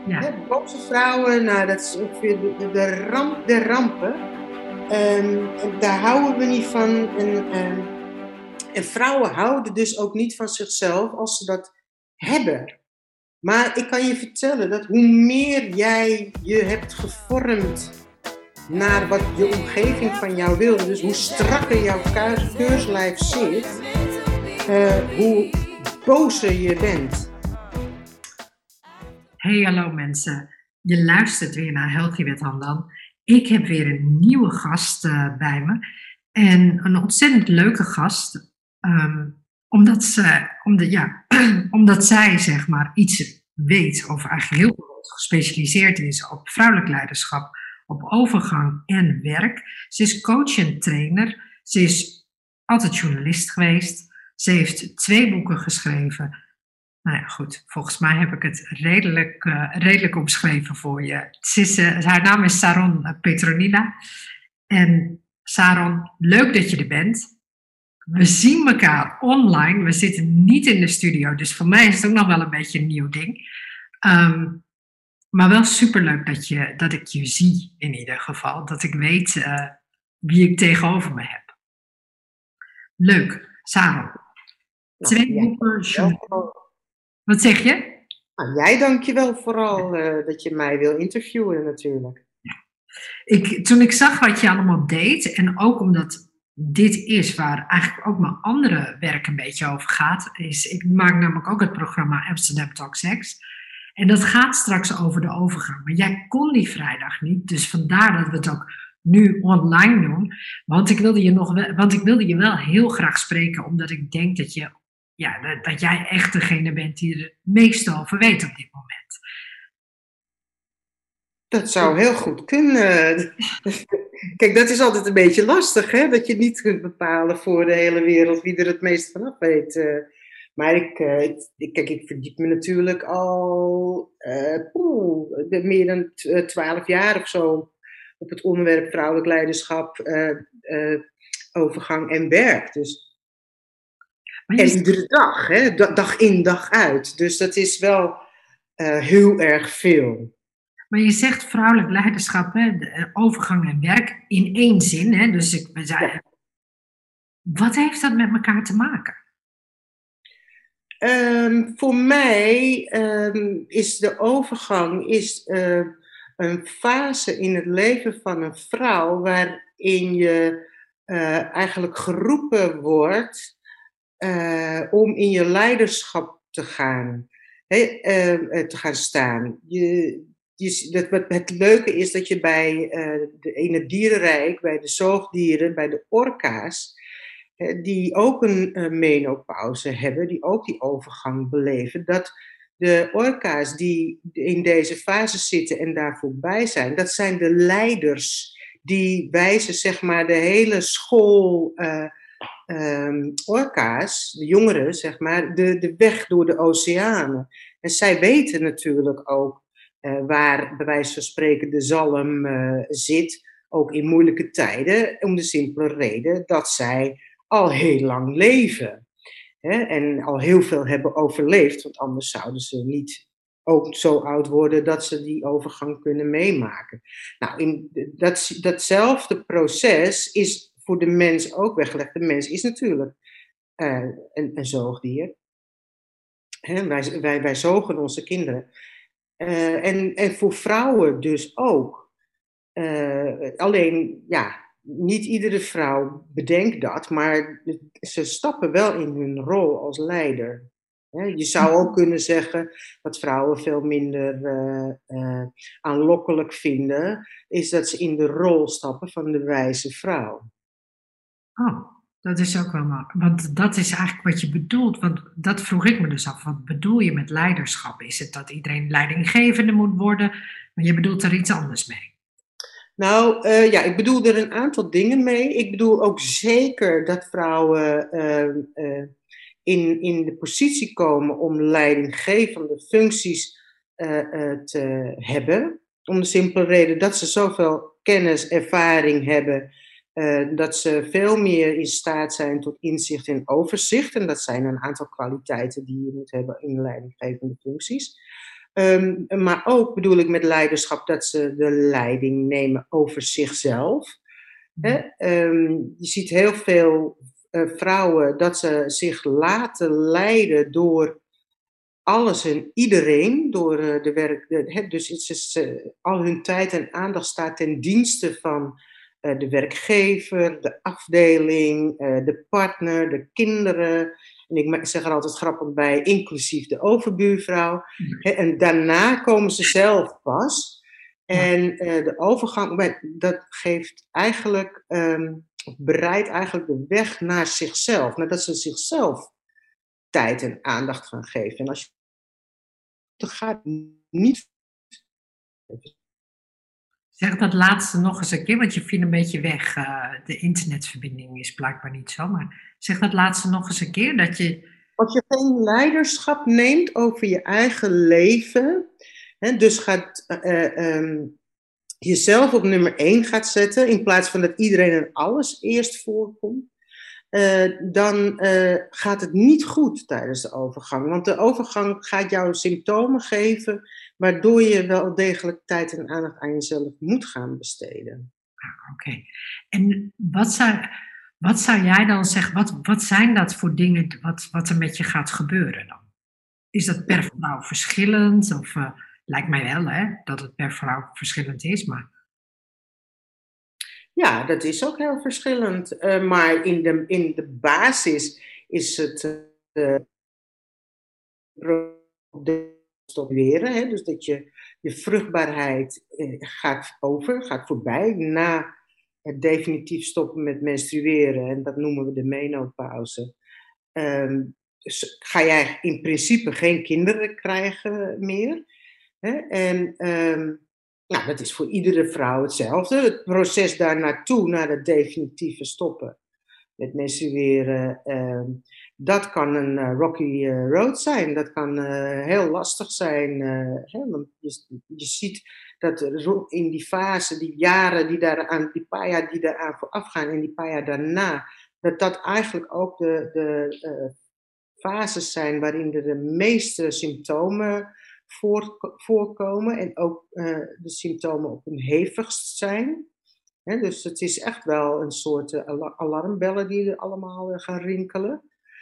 Ja. Boze vrouwen, nou, dat is ongeveer de ramp der rampen. Daar houden we niet van. En vrouwen houden dus ook niet van zichzelf als ze dat hebben. Maar ik kan je vertellen dat hoe meer jij je hebt gevormd naar wat je omgeving van jou wil, dus hoe strakker jouw keurslijf zit, hoe bozer je bent. Hey, hallo mensen. Je luistert weer naar Healthy with Handan. Ik heb weer een nieuwe gast bij me. En een ontzettend leuke gast. Omdat zij zeg maar iets weet, of eigenlijk heel goed gespecialiseerd is op vrouwelijk leiderschap, op overgang en werk. Ze is coach en trainer. Ze is altijd journalist geweest. Ze heeft 2 boeken geschreven. Nou ja, goed. Volgens mij heb ik het redelijk omschreven voor je. Haar naam is Saron Petronila. En Saron, leuk dat je er bent. We zien elkaar online. We zitten niet in de studio. Dus voor mij is het ook nog wel een beetje een nieuw ding. Maar wel superleuk dat ik je zie in ieder geval. Dat ik weet wie ik tegenover me heb. Leuk. Saron. 2 boeken. Wat zeg je? Nou, jij dank je wel vooral dat je mij wil interviewen natuurlijk. Toen ik zag wat je allemaal deed, en ook omdat dit is waar eigenlijk ook mijn andere werk een beetje over gaat, ik maak namelijk ook het programma Amsterdam Talk Sex. En dat gaat straks over de overgang. Maar jij kon die vrijdag niet, dus vandaar dat we het ook nu online doen. Want ik wilde je wel heel graag spreken, omdat ik denk dat jij echt degene bent die er het meeste over weet op dit moment. Dat zou heel goed kunnen. Kijk, dat is altijd een beetje lastig, hè? Dat je niet kunt bepalen voor de hele wereld wie er het meest vanaf weet. Maar ik verdiep me natuurlijk al meer dan 12 jaar of zo op het onderwerp vrouwelijk leiderschap, overgang en werk. Dus, en iedere dag, hè? Dag in, dag uit. Dus dat is wel heel erg veel. Maar je zegt vrouwelijk leiderschap, hè, overgang en werk in één zin. Hè? Dus wat heeft dat met elkaar te maken? Voor mij is de overgang een fase in het leven van een vrouw waarin je eigenlijk geroepen wordt om in je leiderschap te gaan, te gaan staan. Het leuke is dat je in het dierenrijk, bij de zoogdieren, bij de orka's, die ook een menopauze hebben, die ook die overgang beleven, dat de orka's die in deze fase zitten en daar voorbij zijn, dat zijn de leiders die wijzen zeg maar de hele school orka's, de jongeren zeg maar, de weg door de oceanen. En zij weten natuurlijk ook waar bij wijze van spreken de zalm zit, ook in moeilijke tijden, om de simpele reden dat zij al heel lang leven. Hè? En al heel veel hebben overleefd, want anders zouden ze niet ook zo oud worden dat ze die overgang kunnen meemaken. Nou, datzelfde proces is voor de mens ook weggelegd. De mens is natuurlijk een zoogdier. Hè? Wij zogen onze kinderen. En voor vrouwen dus ook. Alleen, ja, niet iedere vrouw bedenkt dat, maar ze stappen wel in hun rol als leider. Je zou ook kunnen zeggen, wat vrouwen veel minder aanlokkelijk vinden, is dat ze in de rol stappen van de wijze vrouw. Oh, dat is ook wel maar. Want dat is eigenlijk wat je bedoelt. Want dat vroeg ik me dus af. Wat bedoel je met leiderschap? Is het dat iedereen leidinggevende moet worden? Maar je bedoelt er iets anders mee. Nou, ik bedoel er een aantal dingen mee. Ik bedoel ook zeker dat vrouwen in de positie komen om leidinggevende functies te hebben. Om de simpele reden dat ze zoveel kennis, ervaring hebben, dat ze veel meer in staat zijn tot inzicht en overzicht. En dat zijn een aantal kwaliteiten die je moet hebben in leidinggevende functies. Maar ook bedoel ik met leiderschap dat ze de leiding nemen over zichzelf. Hè? Je ziet heel veel vrouwen dat ze zich laten leiden door alles en iedereen, door de werk. Dus al hun tijd en aandacht staat ten dienste van de werkgever, de afdeling, de partner, de kinderen. En ik zeg er altijd grappig bij, inclusief de overbuurvrouw. En daarna komen ze zelf pas. En de overgang, dat geeft eigenlijk, bereidt eigenlijk de weg naar zichzelf. Nadat ze zichzelf tijd en aandacht gaan geven. En als je dat gaat niet. Zeg dat laatste nog eens een keer, want je viel een beetje weg. De internetverbinding is blijkbaar niet zo. Maar zeg dat laatste nog eens een keer. Dat je... Als je geen leiderschap neemt over je eigen leven, dus gaat jezelf op nummer 1 gaat zetten, in plaats van dat iedereen en alles eerst voorkomt, dan gaat het niet goed tijdens de overgang. Want de overgang gaat jou symptomen geven, waardoor je wel degelijk tijd en aandacht aan jezelf moet gaan besteden. Oké. En wat zou jij dan zeggen, wat zijn dat voor dingen wat er met je gaat gebeuren dan? Is dat per vrouw verschillend? Of lijkt mij wel hè, dat het per vrouw verschillend is, maar... Ja, dat is ook heel verschillend. Maar in de basis is het stopperen. Hè? Dus dat je vruchtbaarheid gaat voorbij na het definitief stoppen met menstrueren. En dat noemen we de menopauze. Dus ga jij in principe geen kinderen krijgen meer. Hè? En nou, dat is voor iedere vrouw hetzelfde. Het proces daar naartoe, naar het definitieve stoppen met menstrueren, dat kan een rocky road zijn. Dat kan heel lastig zijn. Want je ziet dat in die fase, die jaren die paar jaar die daaraan vooraf gaan en die paar jaar daarna, dat eigenlijk ook de fases zijn waarin er de meeste symptomen voorkomen en ook de symptomen op hun hevigst zijn. Dus het is echt wel een soort alarmbellen die er allemaal gaan rinkelen.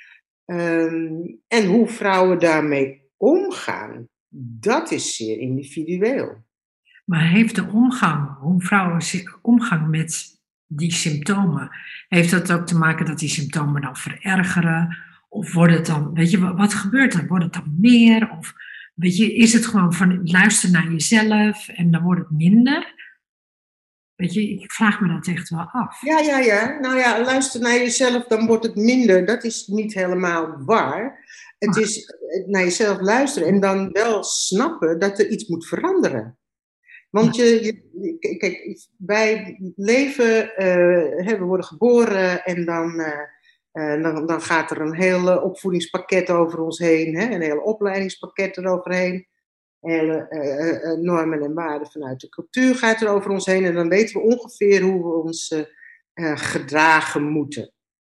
En hoe vrouwen daarmee omgaan, dat is zeer individueel. Maar heeft de omgang, hoe vrouwen omgaan met die symptomen, heeft dat ook te maken dat die symptomen dan verergeren? Of wordt het dan, weet je, wat gebeurt er? Wordt het dan meer? Of weet je, is het gewoon van luister naar jezelf en dan wordt het minder? Weet je, ik vraag me dat echt wel af. Ja. Nou ja, luister naar jezelf, dan wordt het minder. Dat is niet helemaal waar. Het is naar jezelf luisteren en dan wel snappen dat er iets moet veranderen. Want kijk, wij leven, we worden geboren en dan gaat er een hele opvoedingspakket over ons heen, een hele opleidingspakket eroverheen. Hele normen en waarden vanuit de cultuur gaat er over ons heen en dan weten we ongeveer hoe we ons gedragen moeten.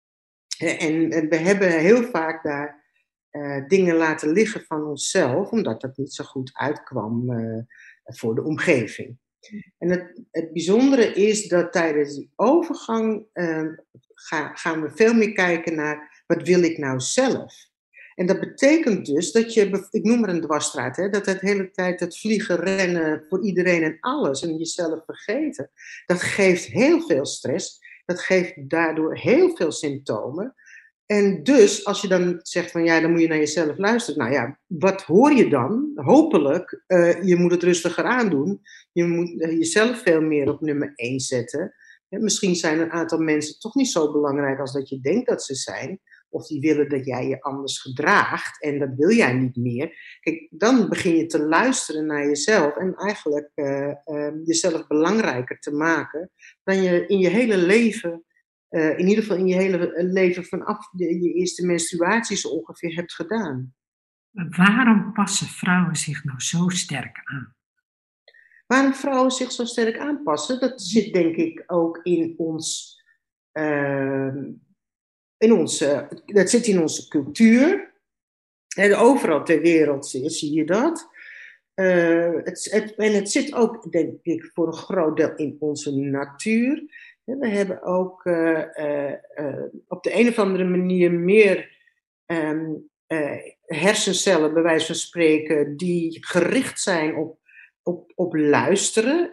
En we hebben heel vaak daar dingen laten liggen van onszelf, omdat dat niet zo goed uitkwam voor de omgeving. En het bijzondere is dat tijdens die overgang gaan we veel meer kijken naar wat wil ik nou zelf? En dat betekent dus dat je, ik noem maar een dwarsstraat, dat het hele tijd het vliegen, rennen voor iedereen en alles en jezelf vergeten, dat geeft heel veel stress, dat geeft daardoor heel veel symptomen. En dus, als je dan zegt van ja, dan moet je naar jezelf luisteren. Nou ja, wat hoor je dan? Hopelijk, je moet het rustiger aandoen. Je moet jezelf veel meer op nummer 1 zetten. Misschien zijn een aantal mensen toch niet zo belangrijk als dat je denkt dat ze zijn. Of die willen dat jij je anders gedraagt en dat wil jij niet meer. Kijk, dan begin je te luisteren naar jezelf en eigenlijk jezelf belangrijker te maken dan je in je hele leven, in ieder geval in je hele leven vanaf je eerste menstruatie zo ongeveer hebt gedaan. Waarom passen vrouwen zich nou zo sterk aan? Waarom vrouwen zich zo sterk aanpassen, dat zit denk ik ook dat zit in onze cultuur. En overal ter wereld zie je dat. het zit ook, denk ik, voor een groot deel in onze natuur. We hebben ook op de een of andere manier meer ehm, hersencellen, bij wijze van spreken, die gericht zijn op luisteren.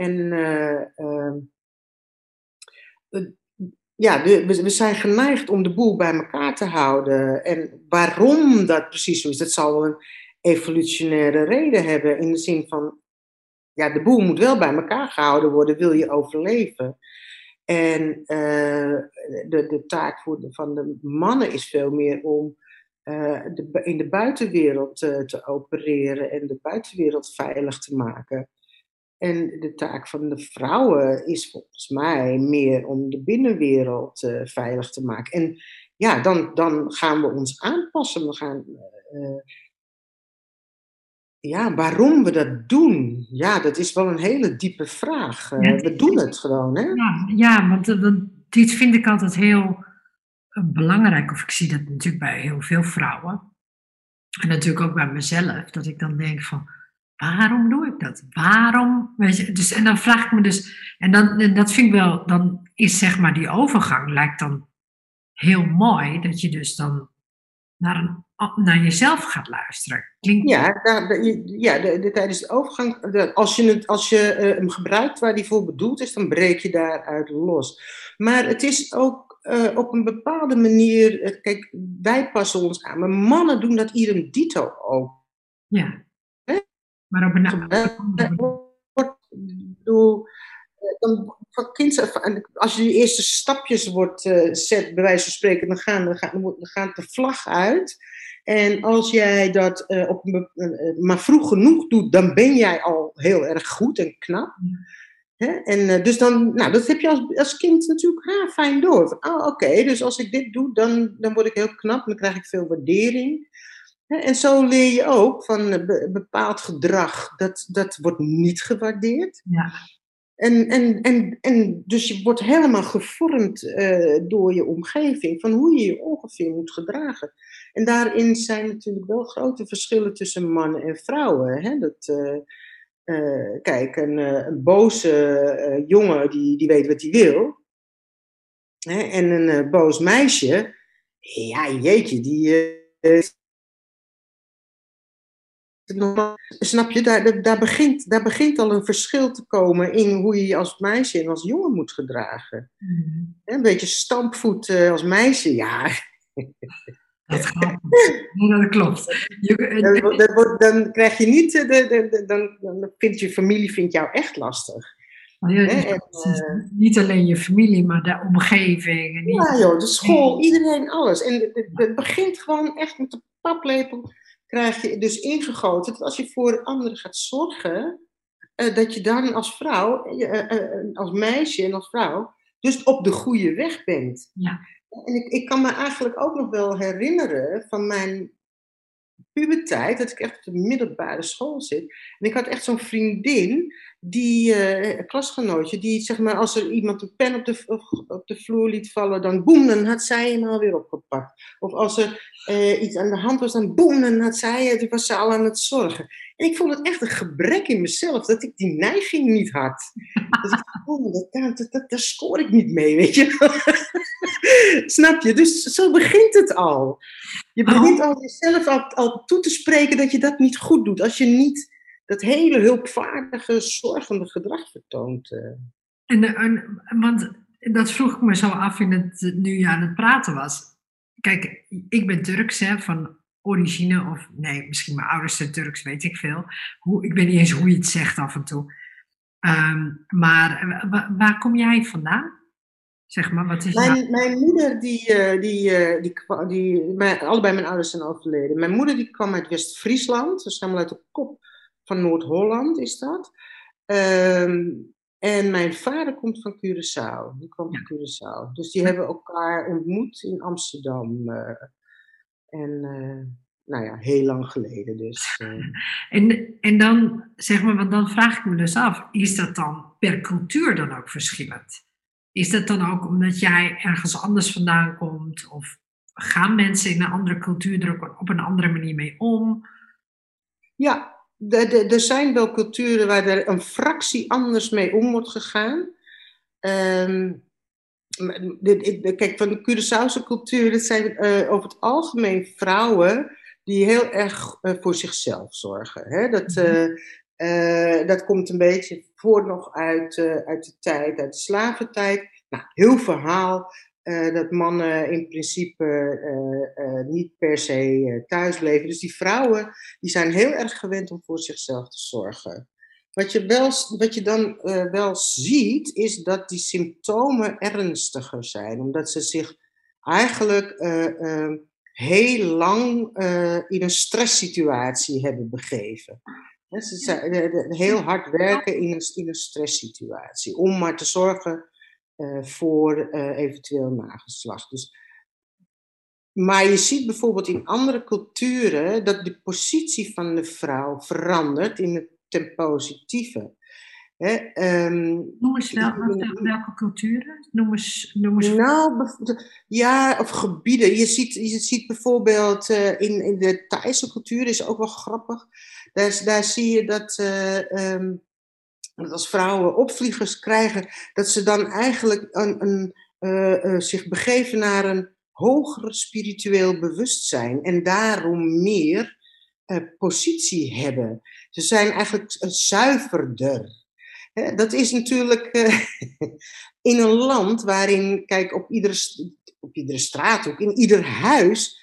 Ja, we zijn geneigd om de boel bij elkaar te houden. En waarom dat precies zo is, dat zal wel een evolutionaire reden hebben. In de zin van, ja, de boel moet wel bij elkaar gehouden worden, wil je overleven. En de taak van de mannen is veel meer om in de buitenwereld te opereren en de buitenwereld veilig te maken. En de taak van de vrouwen is volgens mij meer om de binnenwereld veilig te maken. En ja, dan gaan we ons aanpassen. We gaan, ja, waarom we dat doen, ja, dat is wel een hele diepe vraag. We doen het gewoon, hè? Ja, want dit vind ik altijd heel belangrijk. Of ik zie dat natuurlijk bij heel veel vrouwen. En natuurlijk ook bij mezelf. Dat ik dan denk van, waarom doe ik dat? Waarom? Weet je, dus, en dan vraag ik me dus... En dat vind ik wel... Dan is zeg maar die overgang lijkt dan heel mooi. Dat je dus dan naar jezelf gaat luisteren. Klinkt... Ja, tijdens de overgang, als je hem gebruikt waar die voor bedoeld is, dan breek je daaruit los. Maar het is ook op een bepaalde manier, kijk, wij passen ons aan, maar mannen doen dat idem dito ook. Ja, maar op een van kinds af aan, als je de eerste stapjes zet, bij wijze van spreken, dan gaat de vlag uit. En als jij dat maar vroeg genoeg doet, dan ben jij al heel erg goed en knap. Hè? En dus dan, nou, dat heb je als kind natuurlijk fijn door. Oké, dus als ik dit doe, dan word ik heel knap en dan krijg ik veel waardering. En zo leer je ook van bepaald gedrag, dat wordt niet gewaardeerd. Ja. En dus je wordt helemaal gevormd door je omgeving, van hoe je je ongeveer moet gedragen. En daarin zijn natuurlijk wel grote verschillen tussen mannen en vrouwen. Hè? Kijk, een boze jongen die weet wat hij wil. Hè? En een boos meisje, ja jeetje, snap je, daar begint al een verschil te komen in hoe je je als meisje en als jongen moet gedragen. Een beetje stampvoet als meisje, ja. Dat gaat. Ja, dat klopt. Dan krijg je niet, dan vindt je familie jou echt lastig. Ja, niet alleen je familie, maar de omgeving. Ja joh, de school, iedereen, alles. En het begint gewoon echt met de paplepel. Krijg je dus ingegoten dat als je voor anderen gaat zorgen, dat je dan als vrouw, als meisje en als vrouw, dus op de goede weg bent. Ja. En ik kan me eigenlijk ook nog wel herinneren van mijn puberteit, dat ik echt op de middelbare school zit. En ik had echt zo'n vriendin, een klasgenootje, die zeg maar, als er iemand een pen op de vloer liet vallen, dan boem, dan had zij hem alweer opgepakt. Of als er iets aan de hand was, dan boem, dan was ze al aan het zorgen. En ik vond het echt een gebrek in mezelf, dat ik die neiging niet had. Dus ik dacht, daar scoor ik niet mee, weet je. Snap je? Dus zo begint het al. Je begint al jezelf al toe te spreken dat je dat niet goed doet. Als je niet dat hele hulpvaardige, zorgende gedrag vertoont. Want dat vroeg ik me zo af nu je aan het praten was. Kijk, ik ben Turks, hè, van origine. Of nee, misschien mijn ouders zijn Turks, weet ik veel. Ik weet niet eens hoe je het zegt af en toe. Maar waar kom jij vandaan? Zeg maar, wat is mijn moeder, allebei mijn ouders zijn overleden. Mijn moeder die kwam uit West-Friesland, dus helemaal uit de kop van Noord-Holland is dat. En mijn vader komt van Curaçao. Die kwam van Curaçao. Dus die hebben elkaar ontmoet in Amsterdam. Nou ja, heel lang geleden dus. En dan, zeg maar, want dan vraag ik me dus af, is dat dan per cultuur dan ook verschillend? Is dat dan ook omdat jij ergens anders vandaan komt? Of gaan mensen in een andere cultuur er ook op een andere manier mee om? Ja, Er zijn wel culturen waar er een fractie anders mee om wordt gegaan. Kijk, van de Curaçaose cultuur, dat zijn over het algemeen vrouwen die heel erg voor zichzelf zorgen. Hè? Dat komt een beetje voort nog uit uit de slaventijd. Nou, heel verhaal dat mannen in principe niet per se thuis bleven. Dus die vrouwen die zijn heel erg gewend om voor zichzelf te zorgen. Wat je dan wel ziet, is dat die symptomen ernstiger zijn. Omdat ze zich eigenlijk heel lang in een stresssituatie hebben begeven. Ze zijn heel hard werken in een stresssituatie. Om maar te zorgen voor eventueel nageslacht. Dus, maar je ziet bijvoorbeeld in andere culturen dat de positie van de vrouw verandert ten positieve. Noem eens welke culturen? Noem eens. Nou, ja, of gebieden. Je ziet bijvoorbeeld in de Thaise cultuur, is ook wel grappig. Daar zie je dat als vrouwen opvliegers krijgen, dat ze dan eigenlijk zich begeven naar een hoger spiritueel bewustzijn en daarom meer positie hebben. Ze zijn eigenlijk zuiverder. Dat is natuurlijk in een land waarin, kijk, op iedere straathoek, in ieder huis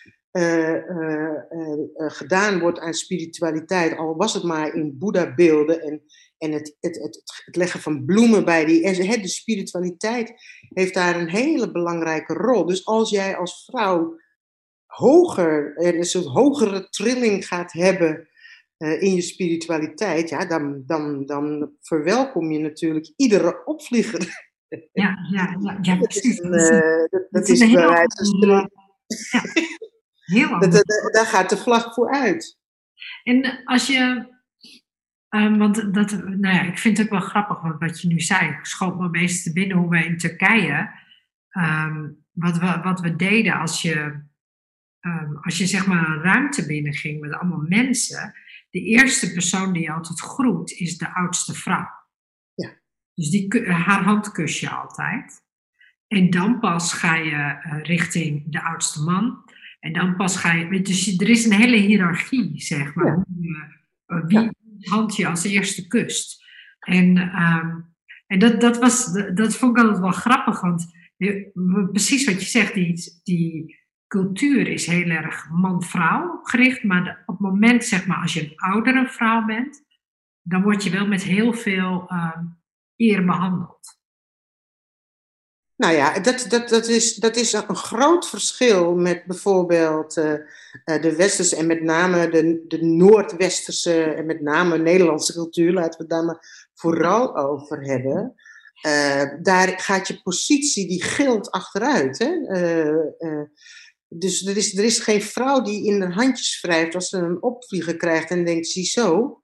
gedaan wordt aan spiritualiteit, al was het maar in Boeddha-beelden en het leggen van bloemen bij die. En de spiritualiteit heeft daar een hele belangrijke rol. Dus als jij als vrouw een soort hogere trilling gaat hebben in je spiritualiteit, ja, dan verwelkom je natuurlijk iedere opvlieger. Ja, precies. Dat is bij wijze van spreken. Heel anders. Daar gaat de vlag voor uit. En als je, want ik vind het ook wel grappig wat je nu zei. Ik schoot me opeens te binnen hoe we in Turkije, wat we deden als je zeg maar een ruimte binnenging met allemaal mensen. De eerste persoon die je altijd groet is de oudste vrouw. Ja. Dus haar hand kus je altijd. En dan pas ga je richting de oudste man. En dan pas ga je. Dus er is een hele hiërarchie, zeg maar. Ja. Wie hand je als eerste kust. En dat vond ik altijd wel grappig. Want precies wat je zegt, die cultuur is heel erg man-vrouw gericht. Maar op het moment, zeg maar, als je een oudere vrouw bent, dan word je wel met heel veel eer behandeld. Nou ja, dat is een groot verschil met bijvoorbeeld de westerse en met name de noordwesterse en met name Nederlandse cultuur, laten we het daar maar vooral over hebben. Daar gaat je positie, die gilt achteruit. Hè? Dus er is geen vrouw die in haar handjes wrijft als ze een opvlieger krijgt en denkt, ziezo,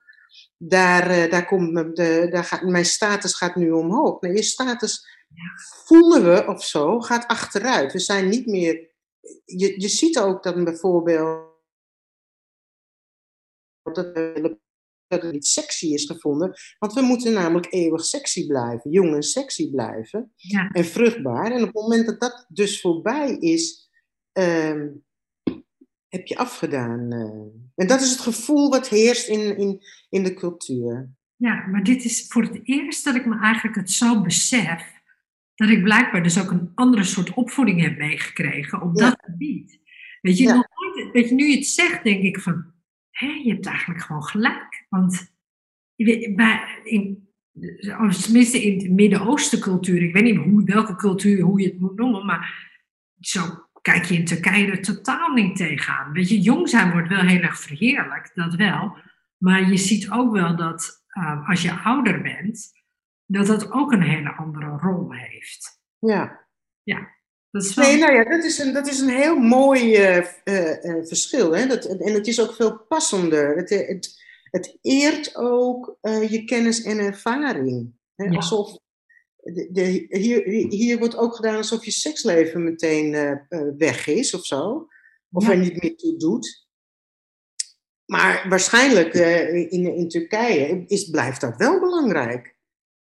mijn status gaat nu omhoog. Nee, je status, voelen we of zo, gaat achteruit. We zijn niet meer. Je ziet ook dat bijvoorbeeld dat het niet sexy is gevonden. Want we moeten namelijk eeuwig sexy blijven. Jong en sexy blijven. Ja. En vruchtbaar. En op het moment dat dat dus voorbij is, heb je afgedaan. En dat is het gevoel wat heerst in de cultuur. Ja, maar dit is voor het eerst dat ik me eigenlijk het zo besef, dat ik blijkbaar dus ook een andere soort opvoeding heb meegekregen op dat gebied. Weet je, nu je het zegt, denk ik van, je hebt eigenlijk gewoon gelijk. Want tenminste in de Midden-Oosten cultuur, ik weet niet welke cultuur, hoe je het moet noemen, maar zo kijk je in Turkije er totaal niet tegenaan. Weet je, jong zijn wordt wel heel erg verheerlijkt, dat wel. Maar je ziet ook wel dat als je ouder bent, dat ook een hele andere rol heeft. Ja. Ja. Dat is wel... Nee, nou ja, dat is een heel mooi verschil. Hè? En het is ook veel passender. Het eert ook je kennis en ervaring. Hè? Ja. Alsof hier wordt ook gedaan alsof je seksleven meteen weg is of zo. Of er niet meer toe doet. Maar waarschijnlijk in Turkije blijft dat wel belangrijk.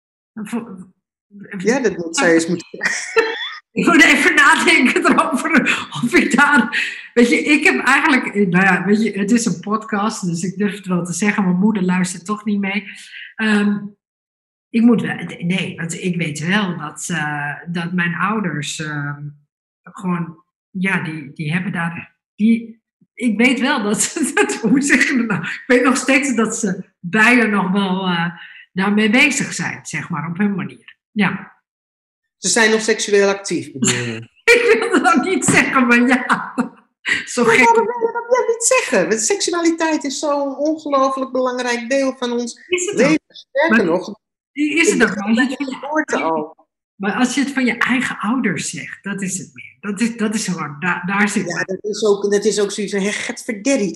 Ja, dat zou je eens moeten. Ik moet even nadenken erover of ik daar. Weet je, ik heb eigenlijk. Nou ja, weet je, het is een podcast, dus ik durf het wel te zeggen. Mijn moeder luistert toch niet mee. Ik moet wel. Nee, want ik weet wel dat mijn ouders gewoon. Ja, die hebben daar. Ik weet wel dat ze. Hoe zeg je dat nou? Ik weet nog steeds dat ze beiden nog wel daarmee bezig zijn, zeg maar, op hun manier. Ja. Ze zijn nog seksueel actief, bedoel je? Ik wilde dat niet zeggen, maar ja. Zo gek. Waarom wil je dat niet zeggen? Want seksualiteit is zo'n ongelooflijk belangrijk deel van ons leven. Sterker nog, is het ook bij de geboorte al. Maar als je het van je eigen ouders zegt, dat is het meer. Dat is gewoon, daar zit. Ja, dat is ook zoiets van, het verderi.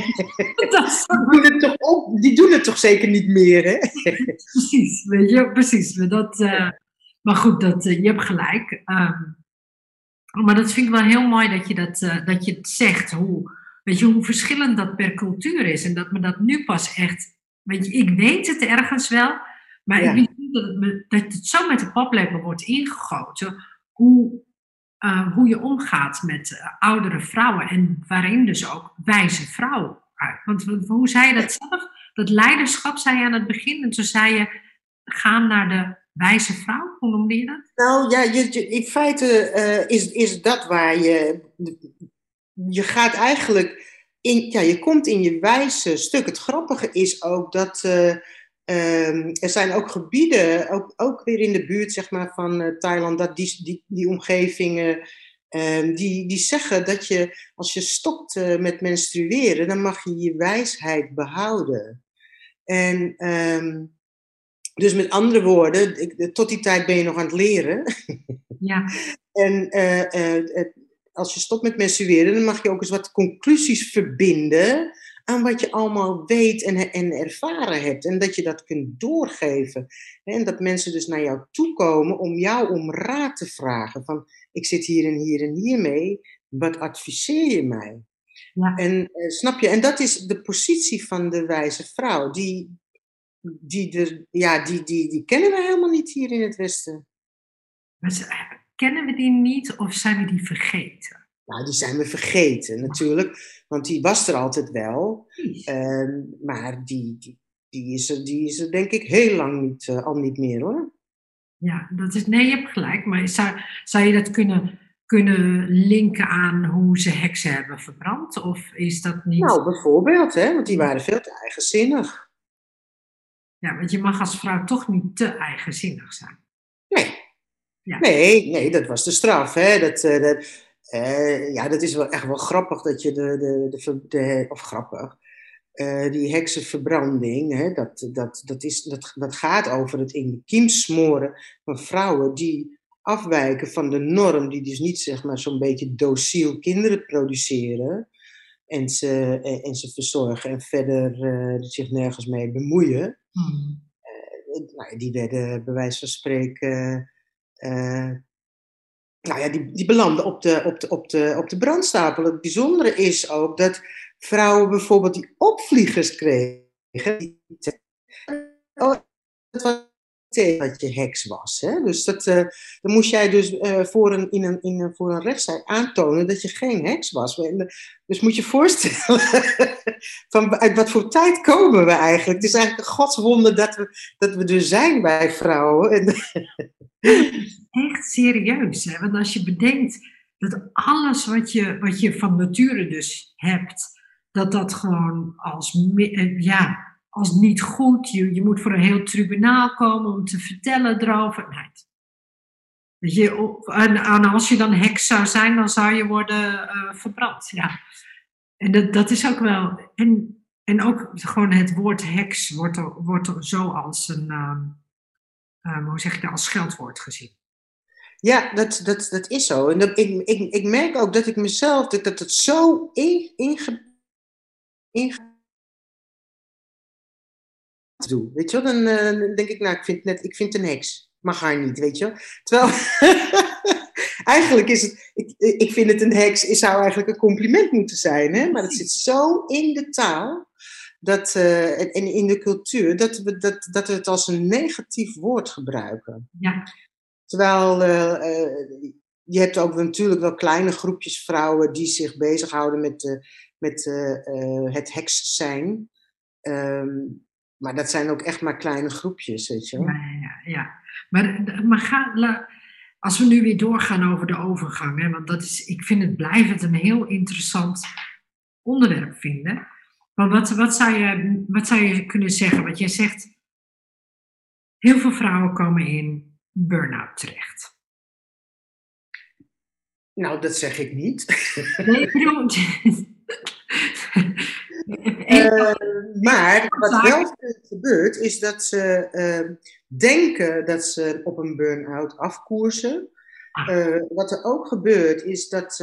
Die doen het toch zeker niet meer, hè? Precies, weet je, precies. Maar goed, je hebt gelijk. Maar dat vind ik wel heel mooi dat je het zegt. Weet je, hoe verschillend dat per cultuur is. En dat me dat nu pas echt. Weet je, ik weet het ergens wel. Maar ik weet niet dat het zo met de paplepel wordt ingegoten. Hoe je omgaat met oudere vrouwen. En waarin dus ook wijze vrouwen. Want hoe zei je dat zelf? Dat leiderschap zei je aan het begin. En toen zei je, gaan naar de wijze vrouw. Hoe noemde je dat? Nou ja, in feite is dat waar je gaat eigenlijk je komt in je wijze stuk. Het grappige is ook dat er zijn ook gebieden, ook weer in de buurt zeg maar, van Thailand, dat die omgevingen, die zeggen dat als je stopt met menstrueren, dan mag je je wijsheid behouden. En dus met andere woorden, tot die tijd ben je nog aan het leren. Ja. En als je stopt met menstrueren, dan mag je ook eens wat conclusies verbinden aan wat je allemaal weet en ervaren hebt. En dat je dat kunt doorgeven. En dat mensen dus naar jou toe komen om jou om raad te vragen. Van, ik zit hier en hier en hier mee. Wat adviseer je mij? Ja. En snap je? En dat is de positie van de wijze vrouw. Die kennen we helemaal niet hier in het Westen. Kennen we die niet of zijn we die vergeten? Nou, die zijn we vergeten natuurlijk, want die was er altijd wel. Maar die is er denk ik heel lang al niet meer hoor. Ja, nee, je hebt gelijk. Maar zou je dat kunnen linken aan hoe ze heksen hebben verbrand? Of is dat niet... Nou, bijvoorbeeld, hè, want die waren veel te eigenzinnig. Ja, want je mag als vrouw toch niet te eigenzinnig zijn. Nee. Ja. Nee, dat was de straf. Hè. Dat is wel echt wel grappig dat je of grappig, die heksenverbranding, hè, dat gaat over het in de kiem smoren van vrouwen die afwijken van de norm, die dus niet zeg maar zo'n beetje dociel kinderen produceren en ze verzorgen en verder zich nergens mee bemoeien. Die werden bij wijze van spreken... die belanden op de brandstapel. Het bijzondere is ook dat vrouwen bijvoorbeeld die opvliegers kregen. Dat was dat je heks was. Hè? Dus dan moest jij dus voor een rechtszaak aantonen dat je geen heks was. Dus moet je voorstellen, uit wat voor tijd komen we eigenlijk? Het is eigenlijk een godswonder dat we er zijn bij vrouwen. Echt serieus, hè? Want als je bedenkt dat alles wat je van nature dus hebt, dat gewoon als niet goed, je moet voor een heel tribunaal komen om te vertellen erover. Nee. Weet je, en als je dan heks zou zijn, dan zou je worden verbrand. Ja. En dat is ook wel... En ook gewoon het woord heks wordt zo als een... hoe zeg je dat, als scheldwoord gezien. Ja, dat is zo. En ik merk ook dat ik mezelf, dat het zo doe. Weet je wel, dan denk ik, nou, ik vind het een heks. Mag haar niet, weet je wel. Terwijl... Eigenlijk is het, ik vind het een heks, zou eigenlijk een compliment moeten zijn. Hè? Maar het zit zo in de taal en in de cultuur dat we het als een negatief woord gebruiken. Ja. Terwijl je hebt ook natuurlijk wel kleine groepjes vrouwen die zich bezighouden met het heks zijn. Maar dat zijn ook echt maar kleine groepjes, weet je wel. Ja. Maar als we nu weer doorgaan over de overgang, hè, want ik blijf het een heel interessant onderwerp vinden. Maar wat zou je kunnen zeggen? Want jij zegt, heel veel vrouwen komen in burn-out terecht. Nou, dat zeg ik niet. Nee, ik bedoel... Maar wat wel gebeurt, is dat ze denken dat ze op een burn-out afkoersen. Wat er ook gebeurt, is dat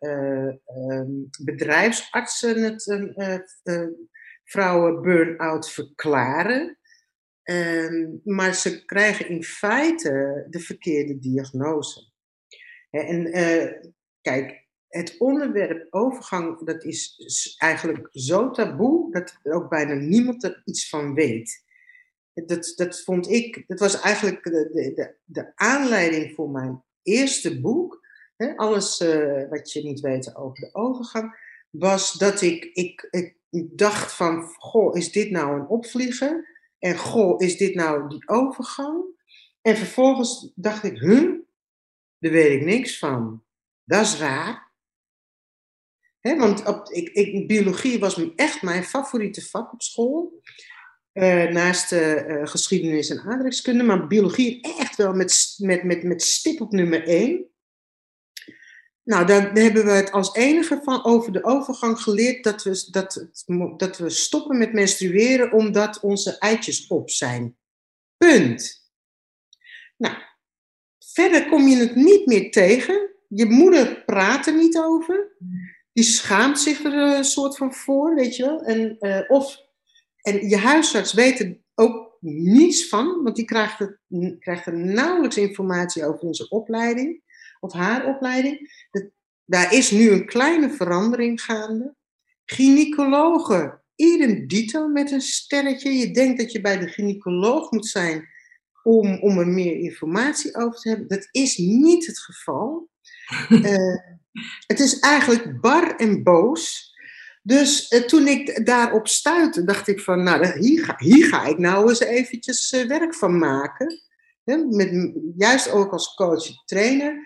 bedrijfsartsen vrouwen burn-out verklaren. Maar ze krijgen in feite de verkeerde diagnose. En kijk, het onderwerp overgang, dat is eigenlijk zo taboe dat er ook bijna niemand er iets van weet. Dat vond ik, dat was eigenlijk de aanleiding voor mijn eerste boek. Hè, alles wat je niet weet over de overgang, was dat ik dacht van, goh, is dit nou een opvlieger? En goh, is dit nou die overgang? En vervolgens dacht ik, daar weet ik niks van. Dat is raar. Want biologie was echt mijn favoriete vak op school. Naast geschiedenis en aardrijkskunde. Maar biologie echt wel met stip op nummer 1. Nou, daar hebben we het als enige van over de overgang geleerd dat we stoppen met menstrueren omdat onze eitjes op zijn. Punt. Nou, verder kom je het niet meer tegen. Je moeder praat er niet over. Die schaamt zich er een soort van voor, weet je wel. En je huisarts weet er ook niets van, want die krijgt er nauwelijks informatie over in zijn opleiding, of haar opleiding. Daar is nu een kleine verandering gaande. Gynaecologen, idem dito met een sterretje. Je denkt dat je bij de gynaecoloog moet zijn om er meer informatie over te hebben. Dat is niet het geval. Het is eigenlijk bar en boos. Dus toen ik daarop stuitte, dacht ik van, nou, hier ga ik nou eens eventjes werk van maken. Juist ook als coach en trainer.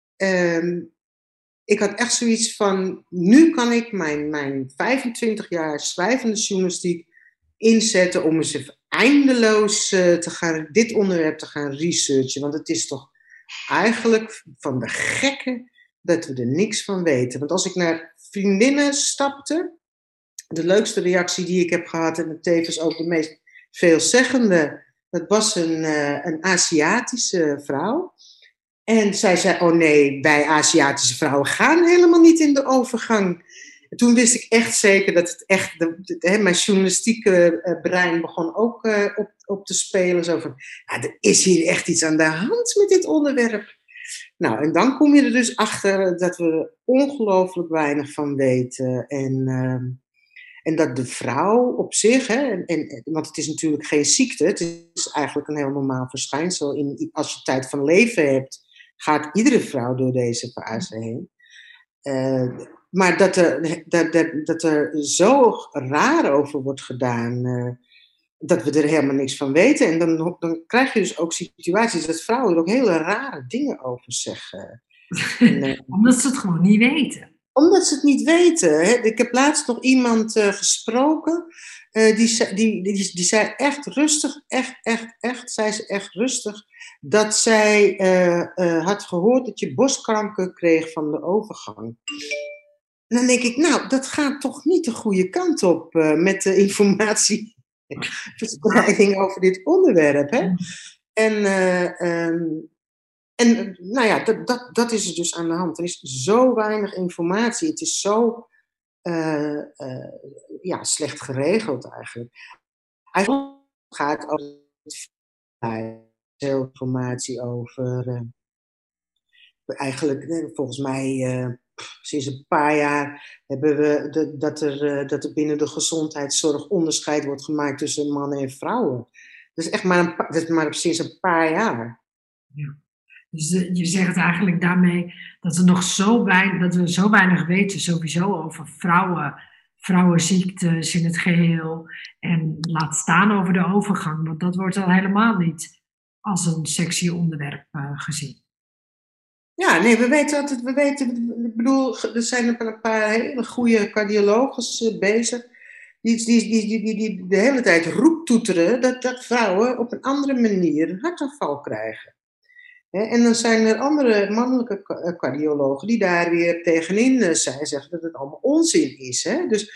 Ik had echt zoiets van, nu kan ik mijn 25 jaar schrijvende journalistiek inzetten om eens even eindeloos dit onderwerp te gaan researchen. Want het is toch eigenlijk van de gekken dat we er niks van weten. Want als ik naar vriendinnen stapte, de leukste reactie die ik heb gehad, en tevens ook de meest veelzeggende, dat was een Aziatische vrouw. En zij zei, oh nee, wij Aziatische vrouwen gaan helemaal niet in de overgang. En toen wist ik echt zeker dat het echt, mijn journalistieke brein begon ook op te spelen. Zo van, er is hier echt iets aan de hand met dit onderwerp. Nou, en dan kom je er dus achter dat we er ongelooflijk weinig van weten. En dat de vrouw op zich, want het is natuurlijk geen ziekte, het is eigenlijk een heel normaal verschijnsel. Als je tijd van leven hebt, gaat iedere vrouw door deze fase heen. Maar dat er zo raar over wordt gedaan, dat we er helemaal niks van weten. En dan krijg je dus ook situaties dat vrouwen er ook hele rare dingen over zeggen. Omdat ze het gewoon niet weten. Omdat ze het niet weten. Hè. Ik heb laatst nog iemand gesproken. Die zei echt rustig, zei ze echt rustig, dat zij had gehoord dat je borstkanker kreeg van de overgang. En dan denk ik, nou, dat gaat toch niet de goede kant op met de informatieverspreiding over dit onderwerp. Hè? En nou ja, dat is er dus aan de hand. Er is zo weinig informatie. Het is zo slecht geregeld eigenlijk. Eigenlijk gaat het over veel informatie over eigenlijk, volgens mij, sinds een paar jaar hebben we dat er binnen de gezondheidszorg onderscheid wordt gemaakt tussen mannen en vrouwen. Dat is echt dat is maar sinds een paar jaar. Ja. Dus je zegt eigenlijk daarmee dat dat we zo weinig weten sowieso over vrouwenziektes in het geheel. En laat staan over de overgang, want dat wordt al helemaal niet als een sexy onderwerp gezien. Ja, nee, ik bedoel, er zijn een paar hele goede cardiologen bezig, die de hele tijd roeptoeteren dat vrouwen op een andere manier een hartaanval krijgen. En dan zijn er andere mannelijke cardiologen die daar weer tegenin zeggen dat het allemaal onzin is. Dus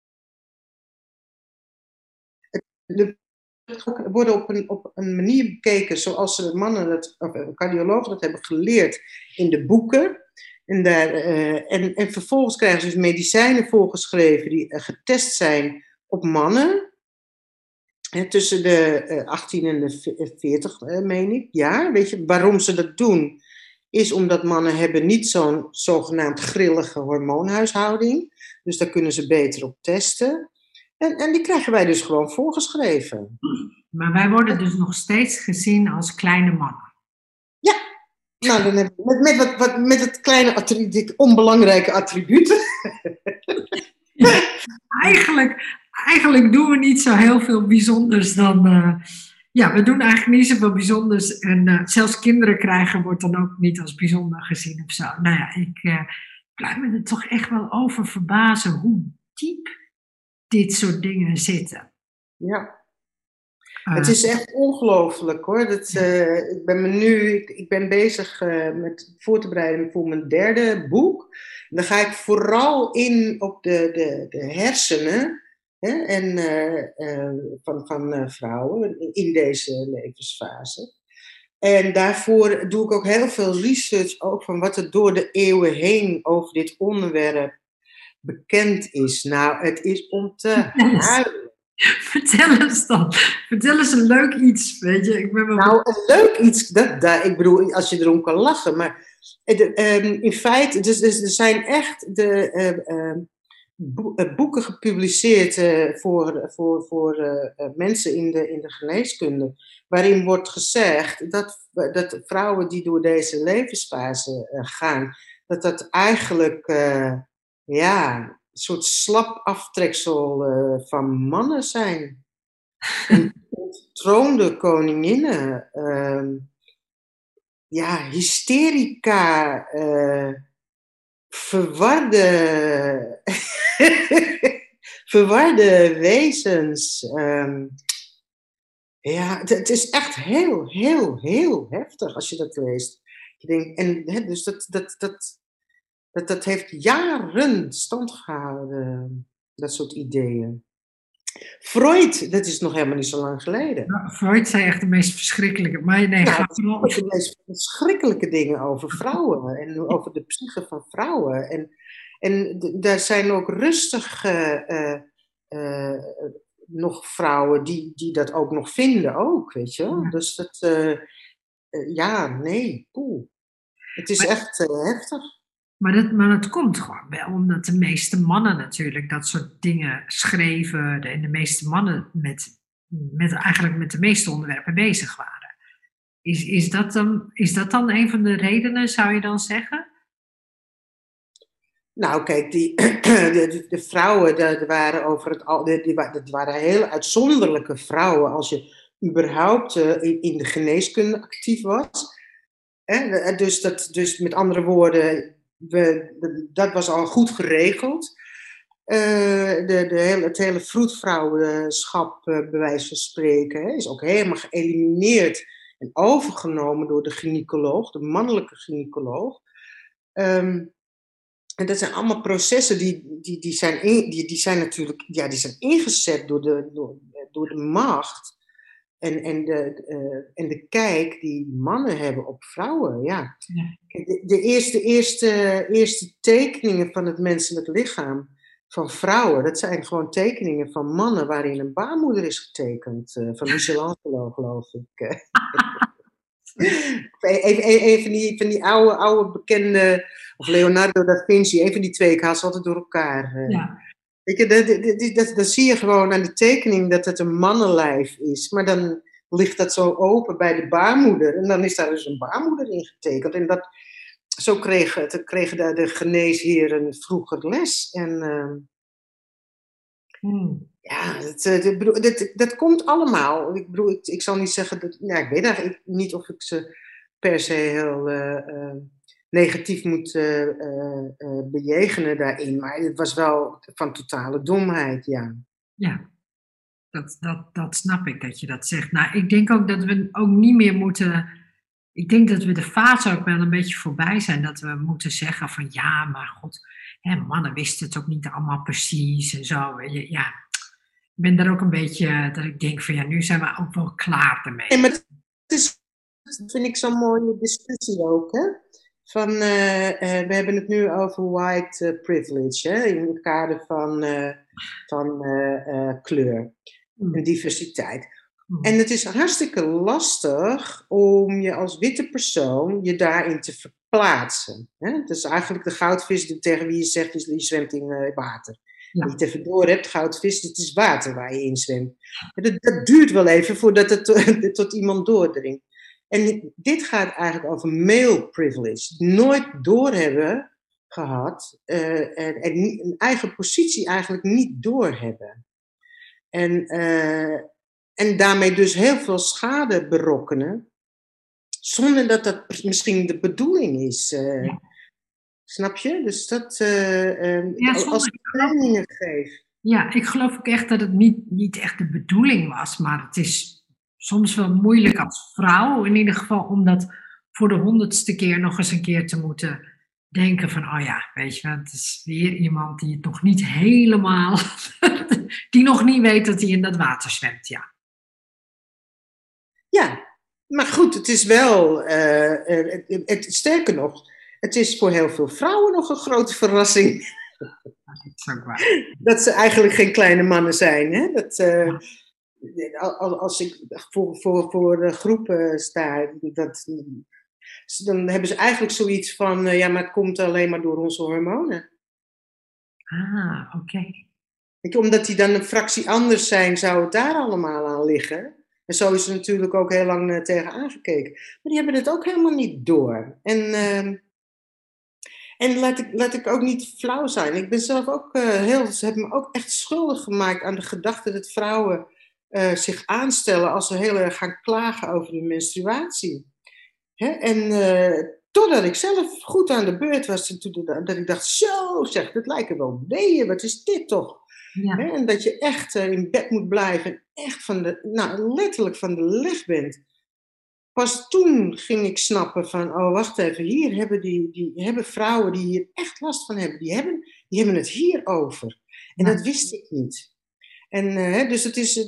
er worden op een manier bekeken zoals de cardiologen dat hebben geleerd in de boeken. En vervolgens krijgen ze dus medicijnen voorgeschreven die getest zijn op mannen. Tussen de 18 en de 40, meen ik. Ja, weet je, waarom ze dat doen, is omdat mannen hebben niet zo'n zogenaamd grillige hormoonhuishouding. Dus daar kunnen ze beter op testen. En die krijgen wij dus gewoon voorgeschreven. Maar wij worden dus nog steeds gezien als kleine mannen. Ja, nou dan hebben we met het kleine dit onbelangrijke attribuut. Ja, eigenlijk doen we niet zo heel veel bijzonders dan. Ja, we doen eigenlijk niet zoveel bijzonders. En zelfs kinderen krijgen wordt dan ook niet als bijzonder gezien of zo. Nou ja, ik blijf me er toch echt wel over verbazen hoe diep dit soort dingen zitten. Ja. Het is echt ongelooflijk hoor. Ik ben bezig met voor te bereiden voor mijn derde boek. En dan ga ik vooral in op de hersenen van vrouwen in deze levensfase. En daarvoor doe ik ook heel veel research ook van wat er door de eeuwen heen over dit onderwerp bekend is. Nou, het is om te huilen. Vertel eens dan. Vertel eens een leuk iets, weet je. Nou, een leuk iets, ik bedoel, als je erom kan lachen. Maar in feite, dus er zijn echt boeken gepubliceerd voor mensen in de geneeskunde. Waarin wordt gezegd dat vrouwen die door deze levensfase gaan, dat eigenlijk een soort slap aftreksel van mannen zijn. Ontroonde koninginnen, hysterica, verwarde wezens. Het is echt heel, heel, heel heftig als je dat leest. Je denkt, dus dat heeft jaren stand gehouden, dat soort ideeën. Freud, dat is nog helemaal niet zo lang geleden. Nou, Freud zei echt de meest verschrikkelijke. Maar nee, de meest verschrikkelijke dingen over vrouwen en over de psyche van vrouwen. En daar zijn ook rustig nog vrouwen die dat ook nog vinden, ook, weet je. Ja. Dus poeh. Het is echt heftig. Maar dat komt gewoon wel omdat de meeste mannen natuurlijk dat soort dingen schreven en de meeste mannen eigenlijk met de meeste onderwerpen bezig waren. Is dat dan een van de redenen, zou je dan zeggen? Nou, kijk, de vrouwen, dat waren hele uitzonderlijke vrouwen als je überhaupt in de geneeskunde actief was. Dus met andere woorden, dat was al goed geregeld. Het hele vroedvrouwenschap, bij wijze van spreken, is ook helemaal geëlimineerd en overgenomen door de gynaecoloog, de mannelijke gynaecoloog. En dat zijn allemaal processen die zijn natuurlijk, die zijn ingezet door de macht en de kijk die mannen hebben op vrouwen. Ja. De eerste tekeningen van het menselijk lichaam van vrouwen, dat zijn gewoon tekeningen van mannen waarin een baarmoeder is getekend. Van Michelangelo, geloof ik. Een van die oude bekende, of Leonardo da Vinci, een van die twee, ik haal ze altijd door elkaar. Ja, Weet je, dat zie je gewoon aan de tekening dat het een mannenlijf is. Maar dan ligt dat zo open bij de baarmoeder. En dan is daar dus een baarmoeder in getekend. En zo kregen daar de geneesheren vroeger les. En ja, dat komt allemaal. Ik bedoel, ik zal niet zeggen dat. Ja, ik weet eigenlijk niet of ik ze per se heel negatief moet bejegenen daarin. Maar het was wel van totale domheid, ja. ja. Dat snap ik dat je dat zegt. Nou, ik denk ook dat we ook niet meer moeten. Ik denk dat we de fase ook wel een beetje voorbij zijn. Dat we moeten zeggen van ja, maar god, hè, mannen wisten het ook niet allemaal precies en zo. Ja, ik ben daar ook een beetje dat ik denk van ja, nu zijn we ook wel klaar ermee. En maar dat vind ik zo'n mooie discussie ook, hè? We hebben het nu over white privilege, hè? In het kader van kleur en diversiteit. En het is hartstikke lastig om je als witte persoon je daarin te verplaatsen. Hè? Het is eigenlijk de goudvis tegen wie je zegt, die zwemt in water. Ja. Die het even door hebt, goudvis, het is water waar je in zwemt. Dat duurt wel even voordat het tot iemand doordringt. En dit gaat eigenlijk over male privilege. Nooit doorhebben gehad en een eigen positie eigenlijk niet doorhebben. En daarmee dus heel veel schade berokkenen, zonder dat dat misschien de bedoeling is. Ja. Snap je? Dus dat als ik trainingen geef. Ja, ik geloof ook echt dat het niet echt de bedoeling was, maar het is soms wel moeilijk als vrouw, in ieder geval, om dat voor de 100ste keer nog eens een keer te moeten denken van, oh ja, weet je wel, het is weer iemand die het nog niet helemaal, die nog niet weet dat hij in dat water zwemt, ja. Ja, maar goed, het is wel, sterker nog, het is voor heel veel vrouwen nog een grote verrassing. Dat ze eigenlijk geen kleine mannen zijn. Hè? Als ik voor groepen sta, dan hebben ze eigenlijk zoiets van, ja, maar het komt alleen maar door onze hormonen. Ah, oké. Omdat die dan een fractie anders zijn, zou het daar allemaal aan liggen. En zo is er natuurlijk ook heel lang tegen aangekeken. Maar die hebben het ook helemaal niet door. En laat ik ook niet flauw zijn. Ik ben zelf ook ze hebben me ook echt schuldig gemaakt aan de gedachte dat vrouwen zich aanstellen als ze heel erg gaan klagen over de menstruatie. Hè? En totdat ik zelf goed aan de beurt was, dat ik dacht, zo zeg, dat lijken wel weeën, wat is dit toch? Ja. Hè? En dat je echt in bed moet blijven en echt letterlijk van de leg bent. Pas toen ging ik snappen van, oh wacht even, hier hebben vrouwen die hier echt last van hebben, die hebben het hier over. En dat wist ik niet. En dus het is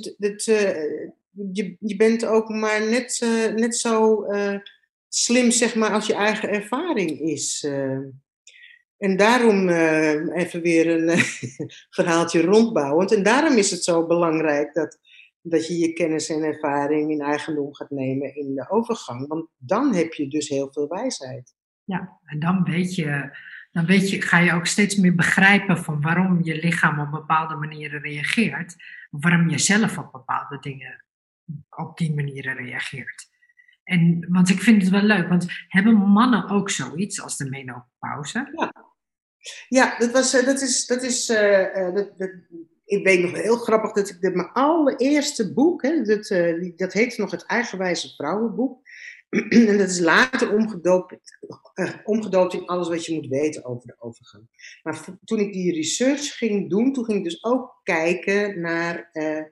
je bent ook maar net zo slim, zeg maar, als je eigen ervaring is. En daarom even weer een verhaaltje rondbouwend. En daarom is het zo belangrijk dat je je kennis en ervaring in eigendom gaat nemen in de overgang. Want dan heb je dus heel veel wijsheid. Ja, en dan ga je ook steeds meer begrijpen van waarom je lichaam op bepaalde manieren reageert. Waarom je zelf op bepaalde dingen op die manieren reageert. Want ik vind het wel leuk, want hebben mannen ook zoiets als de menopauze? Ja, ik weet nog heel grappig dat ik mijn allereerste boek, hè, dat heet nog het Eigenwijze Vrouwenboek. En dat is later omgedoopt in alles wat je moet weten over de overgang. Maar toen ik die research ging doen, toen ging ik dus ook kijken naar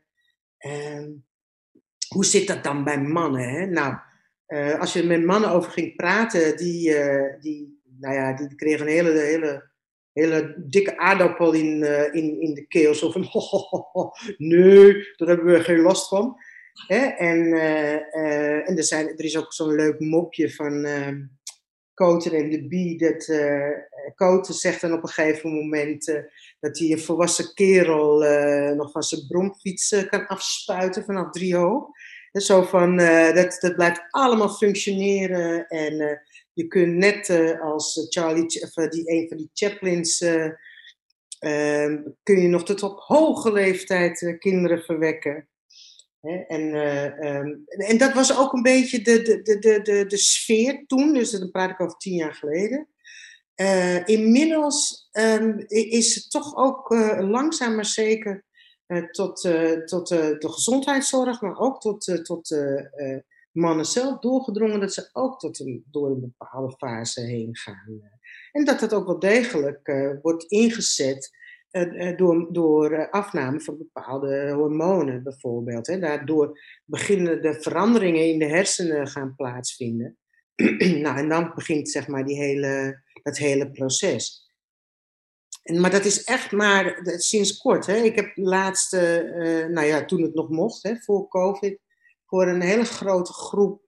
hoe zit dat dan bij mannen. Hè? Nou, als je met mannen over ging praten, die kregen een hele dikke aardappel in de keel. Zo van, nee, daar hebben we geen last van. Hè? En er is ook zo'n leuk mopje van Koter en de Bie. Dat Koter zegt dan op een gegeven moment dat hij een volwassen kerel nog van zijn bromfiets kan afspuiten vanaf 3 hoog. Zo van, dat blijft allemaal functioneren en je kunt net als een van die Chaplins, kun je nog tot op hoge leeftijd kinderen verwekken. Hè? En dat was ook een beetje de sfeer toen, dus dan praat ik over 10 jaar geleden. Inmiddels is het toch ook langzaam maar zeker tot de gezondheidszorg, maar ook tot mannen zelf doorgedrongen dat ze ook door een bepaalde fase heen gaan. En dat dat ook wel degelijk wordt ingezet door afname van bepaalde hormonen bijvoorbeeld. Hè. Daardoor beginnen de veranderingen in de hersenen gaan plaatsvinden. Nou, en dan begint zeg maar dat hele proces. Maar dat is echt maar sinds kort. Hè. Ik heb laatst, nou ja, toen het nog mocht, hè, voor COVID, voor een hele grote groep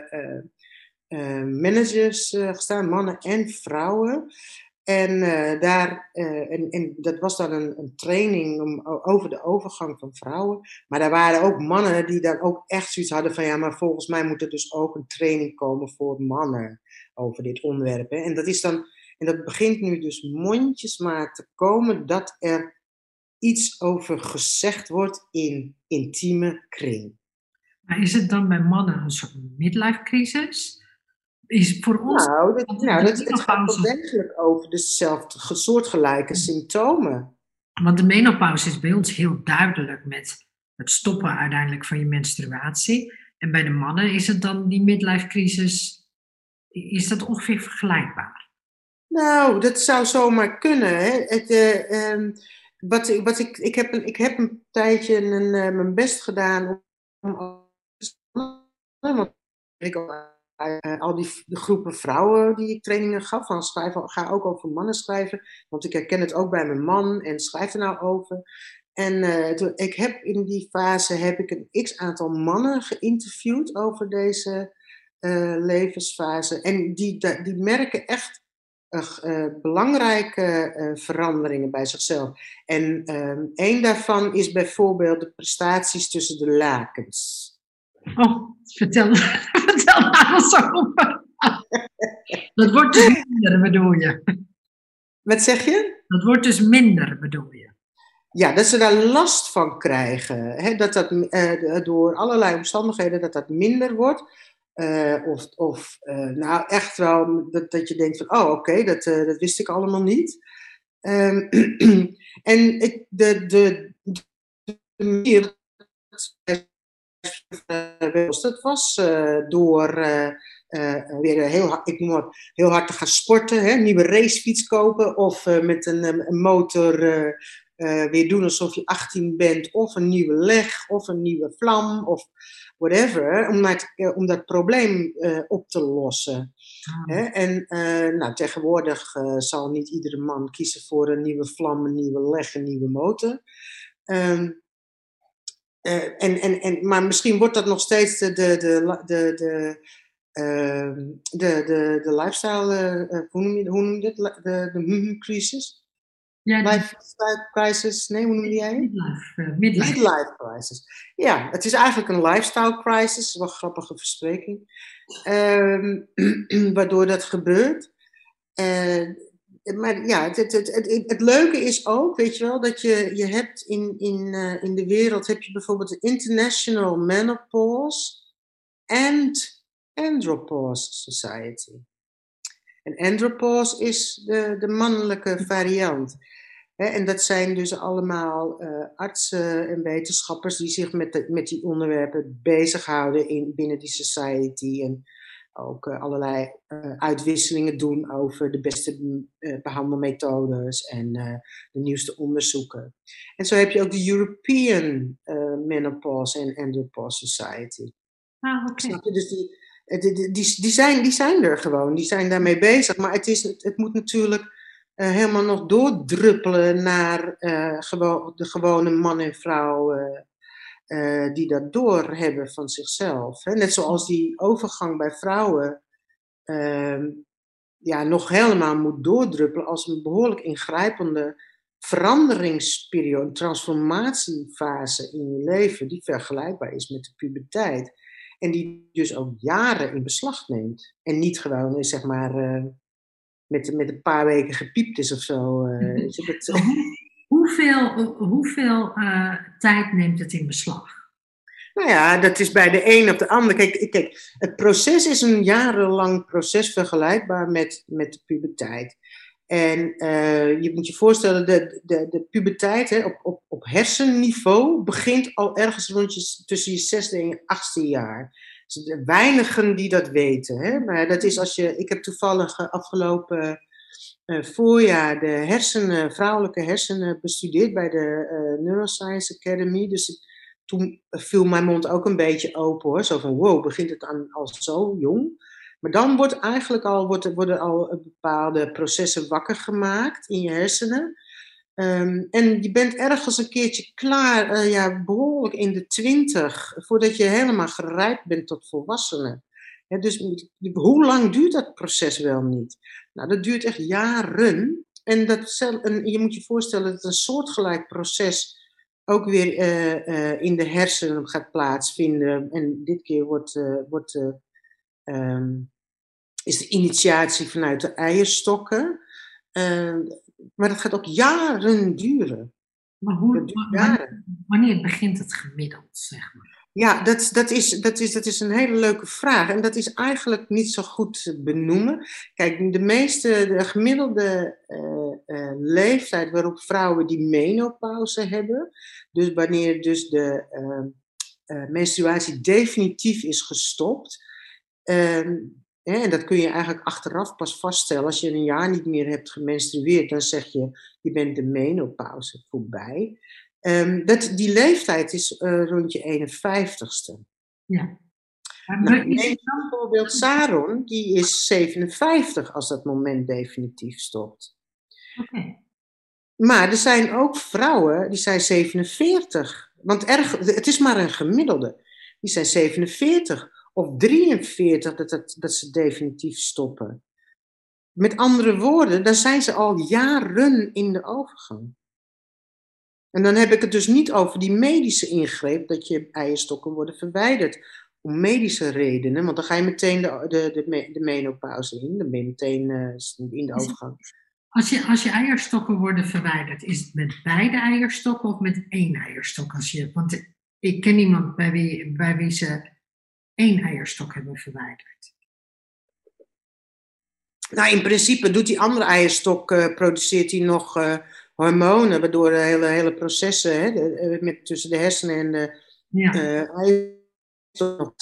managers gestaan, mannen en vrouwen. En dat was dan een training over de overgang van vrouwen. Maar daar waren ook mannen die dan ook echt zoiets hadden van, ja, maar volgens mij moet er dus ook een training komen voor mannen over dit onderwerp. Hè. En dat begint nu dus mondjesmaat te komen dat er iets over gezegd wordt in intieme kring. Maar is het dan bij mannen een soort midlife crisis? Is voor ons... Het gaat wel degelijk over dezelfde soortgelijke symptomen. Want de menopauze is bij ons heel duidelijk met het stoppen uiteindelijk van je menstruatie. En bij de mannen is het dan die midlife crisis, is dat ongeveer vergelijkbaar? Nou, dat zou zomaar kunnen. Hè. Ik heb een tijdje mijn best gedaan om al die de groepen vrouwen die ik trainingen gaf, van ga ook over mannen schrijven, want ik herken het ook bij mijn man en schrijf er nou over. En in die fase heb ik een x-aantal mannen geïnterviewd over deze levensfase. En die merken echt belangrijke veranderingen bij zichzelf. En één daarvan is bijvoorbeeld de prestaties tussen de lakens. Oh, vertel maar eens over. Dat wordt dus minder, bedoel je? Wat zeg je? Dat wordt dus minder, bedoel je? Ja, dat ze daar last van krijgen. Hè? Dat door allerlei omstandigheden dat minder wordt. Nou echt wel dat je denkt van, oh oké, dat wist ik allemaal niet. En de manier dat was door weer heel hard te gaan sporten, hè? Nieuwe racefiets kopen of met een motor weer doen alsof je 18 bent, of een nieuwe leg of een nieuwe vlam of whatever, om dat probleem op te lossen. Hè? En nou, tegenwoordig zal niet iedere man kiezen voor een nieuwe vlam, een nieuwe leg, een nieuwe motor. Maar misschien wordt dat nog steeds de lifestyle, hoe noem je dat? De crisis? Ja, lifestyle crisis, nee, hoe noem jij? Midlife crisis. Ja, het is eigenlijk een lifestyle crisis, dat is wel een grappige verspreking. Waardoor dat gebeurt. Maar ja, het leuke is ook, weet je wel, dat je hebt in de wereld, heb je bijvoorbeeld de International Menopause and Andropause Society. En andropause is de mannelijke variant. En dat zijn dus allemaal artsen en wetenschappers die zich met die onderwerpen bezighouden binnen die society. En ook allerlei uitwisselingen doen over de beste behandelmethodes en de nieuwste onderzoeken. En zo heb je ook de European Menopause and Andropause Society. Ah, oké. Snap je? Dus die zijn er gewoon, die zijn daarmee bezig. Maar het moet natuurlijk helemaal nog doordruppelen naar de gewone man en vrouw die dat doorhebben van zichzelf. Hè? Net zoals die overgang bij vrouwen nog helemaal moet doordruppelen als een behoorlijk ingrijpende veranderingsperiode, transformatiefase in je leven, die vergelijkbaar is met de puberteit. En die dus ook jaren in beslag neemt. En niet gewoon, zeg maar, met een paar weken gepiept is of zo. Weet je, dat, Hoeveel tijd neemt het in beslag? Nou ja, dat is bij de een of de ander. Kijk, het proces is een jarenlang proces vergelijkbaar met de puberteit. En je moet je voorstellen, de puberteit, hè, op hersenniveau begint al ergens tussen je 6e en je 8e jaar. Dus weinigen die dat weten. Hè? Maar dat is ik heb toevallig afgelopen voorjaar de vrouwelijke hersenen bestudeerd bij de Neuroscience Academy. Dus toen viel mijn mond ook een beetje open hoor. Zo van wow, begint het al zo jong? Maar dan worden al bepaalde processen wakker gemaakt in je hersenen. En je bent ergens een keertje klaar, behoorlijk in de 20, voordat je helemaal gerijpt bent tot volwassenen. Dus hoe lang duurt dat proces wel niet? Nou, dat duurt echt jaren. En je moet je voorstellen dat het een soortgelijk proces ook weer in de hersenen gaat plaatsvinden. En dit keer is de initiatie vanuit de eierstokken. Maar dat gaat ook jaren duren. Maar wanneer begint het gemiddeld, zeg maar? Ja, dat is een hele leuke vraag. En dat is eigenlijk niet zo goed te benoemen. Kijk, de gemiddelde leeftijd waarop vrouwen die menopauze hebben, dus wanneer dus de menstruatie definitief is gestopt, en dat kun je eigenlijk achteraf pas vaststellen. Als je een jaar niet meer hebt gemenstrueerd, dan zeg je bent de menopauze voorbij. Die leeftijd is rond je 51ste. Ja. Nou, neem bijvoorbeeld Saron, die is 57 als dat moment definitief stopt. Okay. Maar er zijn ook vrouwen die zijn 47. Want het is maar een gemiddelde. Die zijn 47 of 43 dat ze definitief stoppen. Met andere woorden, dan zijn ze al jaren in de overgang. En dan heb ik het dus niet over die medische ingreep, dat je eierstokken worden verwijderd om medische redenen, want dan ga je meteen de menopauze in, dan ben je meteen in de overgang. Als je eierstokken worden verwijderd, is het met beide eierstokken of met één eierstok? Want ik ken iemand bij wie ze 1 eierstok hebben verwijderd. Nou, in principe doet die andere eierstok, produceert hij nog hormonen, waardoor de hele processen tussen de hersenen en de eierstok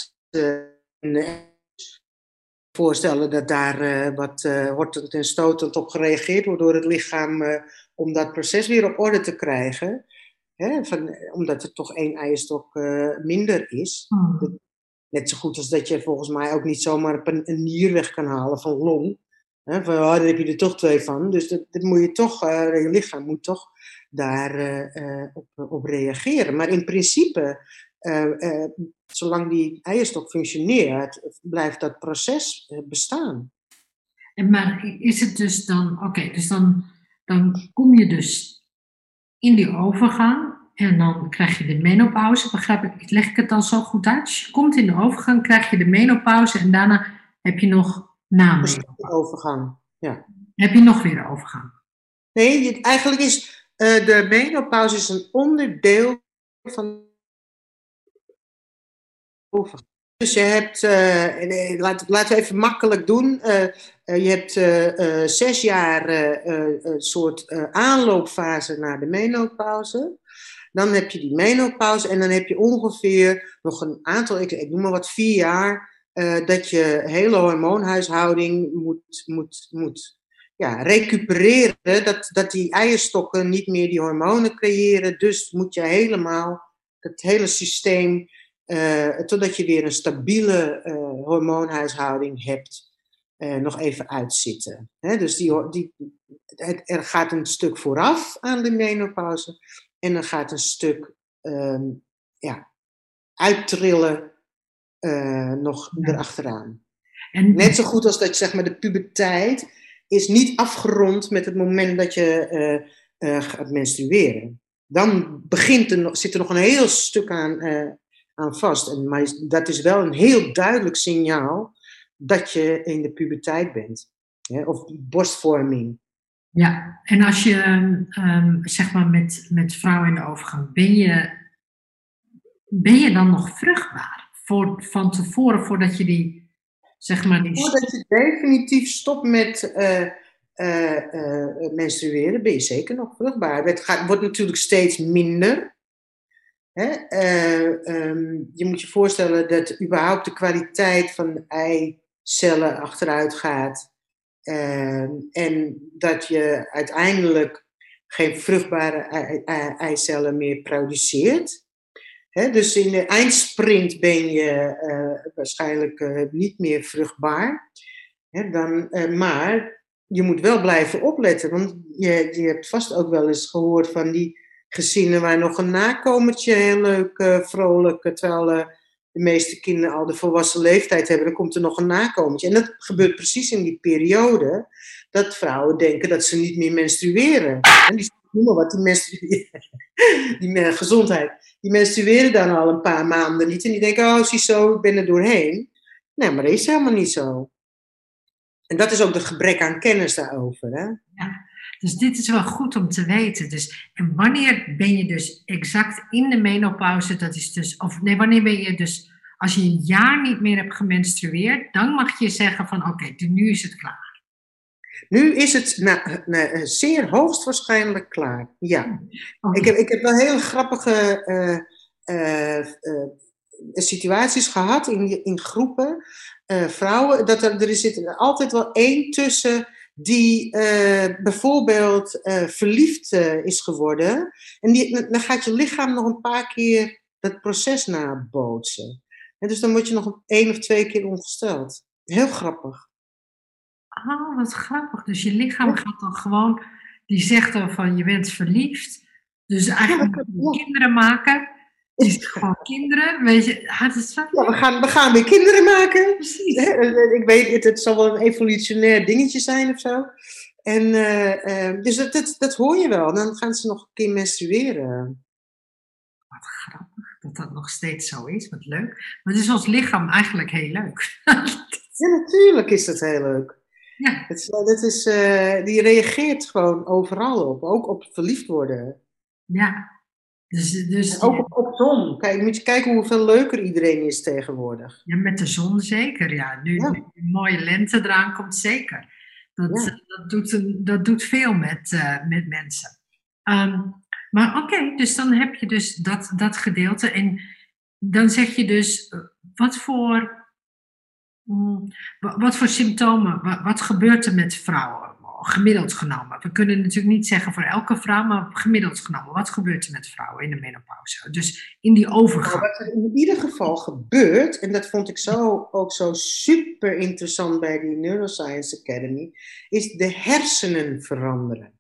voorstellen dat daar wat hortend en stotend op gereageerd wordt door het lichaam om dat proces weer op orde te krijgen. Omdat er toch 1 eierstok minder is. Net zo goed als dat je volgens mij ook niet zomaar een nier weg kan halen van long. Daar heb je er toch 2 van. Dus dat moet je toch, je lichaam moet toch daar op reageren. Maar in principe, zolang die eierstok functioneert, blijft dat proces bestaan. Maar is het dus dan, dus dan kom je dus in die overgang en dan krijg je de menopauze. Leg ik het dan zo goed uit? Als je komt in de overgang, krijg je de menopauze en daarna heb je nog de overgang, ja. Heb je nog weer de overgang? Nee, eigenlijk is de menopauze is een onderdeel van de overgang. Dus je hebt, laten we even makkelijk doen, je hebt 6 jaar een soort aanloopfase naar de menopauze. Dan heb je die menopauze en dan heb je ongeveer nog een aantal, ik noem maar wat, 4 jaar, dat je hele hormoonhuishouding moet recupereren. Dat die eierstokken niet meer die hormonen creëren. Dus moet je helemaal het hele systeem, totdat je weer een stabiele hormoonhuishouding hebt, nog even uitzitten. Dus er gaat een stuk vooraf aan de menopauze en er gaat een stuk uittrillen nog erachteraan. Net zo goed als dat je, zeg maar, de puberteit is niet afgerond met het moment dat je gaat menstrueren. Dan zit er nog een heel stuk aan vast. Maar dat is wel een heel duidelijk signaal dat je in de puberteit bent. Hè? Of borstvorming. Ja, en als je zeg maar met vrouwen in de overgang, ben je dan nog vruchtbaar? Van tevoren, voordat je die, zeg maar, die Voordat je definitief stopt met menstrueren, ben je zeker nog vruchtbaar. Wordt natuurlijk steeds minder. Hè? Je moet je voorstellen dat überhaupt de kwaliteit van de eicellen achteruit gaat. En dat je uiteindelijk geen vruchtbare eicellen meer produceert. Dus in de eindsprint ben je waarschijnlijk niet meer vruchtbaar. Maar je moet wel blijven opletten. Want je hebt vast ook wel eens gehoord van die gezinnen waar nog een nakomertje heel leuk, vrolijk, terwijl de meeste kinderen al de volwassen leeftijd hebben, dan komt er nog een nakomertje. En dat gebeurt precies in die periode dat vrouwen denken dat ze niet meer menstrueren. En die noem maar wat, die menstrueren. Die gezondheid. Die menstrueren dan al een paar maanden niet. En die denken, oh, ziezo, ik ben er doorheen. Nee, maar dat is helemaal niet zo. En dat is ook het gebrek aan kennis daarover. Hè? Ja, dus dit is wel goed om te weten. Dus, en wanneer ben je dus exact in de menopauze? Dat is dus, of nee, wanneer ben je dus, als je een jaar niet meer hebt gemenstrueerd, dan mag je zeggen van oké, nu is het klaar. Nu is het zeer hoogstwaarschijnlijk klaar. Ja. Okay. Ik heb wel hele grappige situaties gehad in groepen. Vrouwen, dat er zit er altijd wel één tussen die bijvoorbeeld verliefd is geworden. En dan gaat je lichaam nog een paar keer dat proces nabootsen. En dus dan word je nog 1 of 2 keer ongesteld. Heel grappig. Oh, wat grappig. Dus je lichaam gaat dan gewoon, die zegt dan van je bent verliefd. Dus eigenlijk moet je kinderen maken. Je ziet gewoon kinderen. Weet je, het is zo... we gaan weer kinderen maken. Precies. Ik weet het zal wel een evolutionair dingetje zijn of zo. En dus dat hoor je wel. Dan gaan ze nog een keer menstrueren. Wat grappig dat dat nog steeds zo is. Wat leuk. Maar het is ons lichaam eigenlijk heel leuk. Ja, natuurlijk is dat heel leuk. Ja. Die reageert gewoon overal op. Ook op verliefd worden. Ja. Dus ook op zon. Kijk, moet je kijken hoeveel leuker iedereen is tegenwoordig. Ja, met de zon zeker. Ja. Nu een mooie lente eraan komt zeker. Dat doet veel met mensen. Maar oké, dus dan heb je dus dat gedeelte. En dan zeg je dus, wat voor symptomen, wat gebeurt er met vrouwen? Gemiddeld genomen. We kunnen natuurlijk niet zeggen voor elke vrouw, maar gemiddeld genomen. Wat gebeurt er met vrouwen in de menopauze? Dus in die overgang. Nou, wat er in ieder geval gebeurt, en dat vond ik ook zo super interessant bij die Neuroscience Academy, is de hersenen veranderen.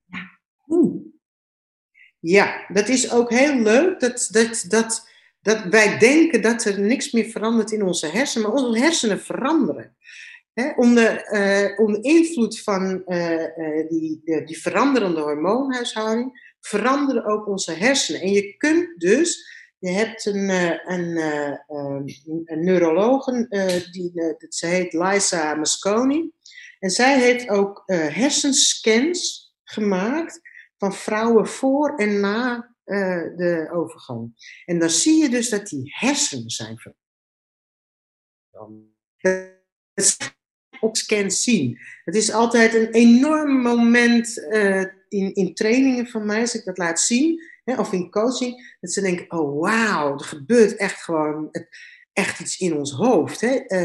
Ja, dat is ook heel leuk dat wij denken dat er niks meer verandert in onze hersenen, maar onze hersenen veranderen. Onder invloed van die veranderende hormoonhuishouding veranderen ook onze hersenen. En je hebt een neurologe, ze heet Liza Mosconi. En zij heeft ook hersenscans gemaakt van vrouwen voor en na de overgang. En dan zie je dus dat die hersenen zijn veranderd. Dat op scans zien. Het is altijd een enorm moment in trainingen van mij, als ik dat laat zien, of in coaching, dat ze denken, oh wauw, er gebeurt echt gewoon echt iets in ons hoofd.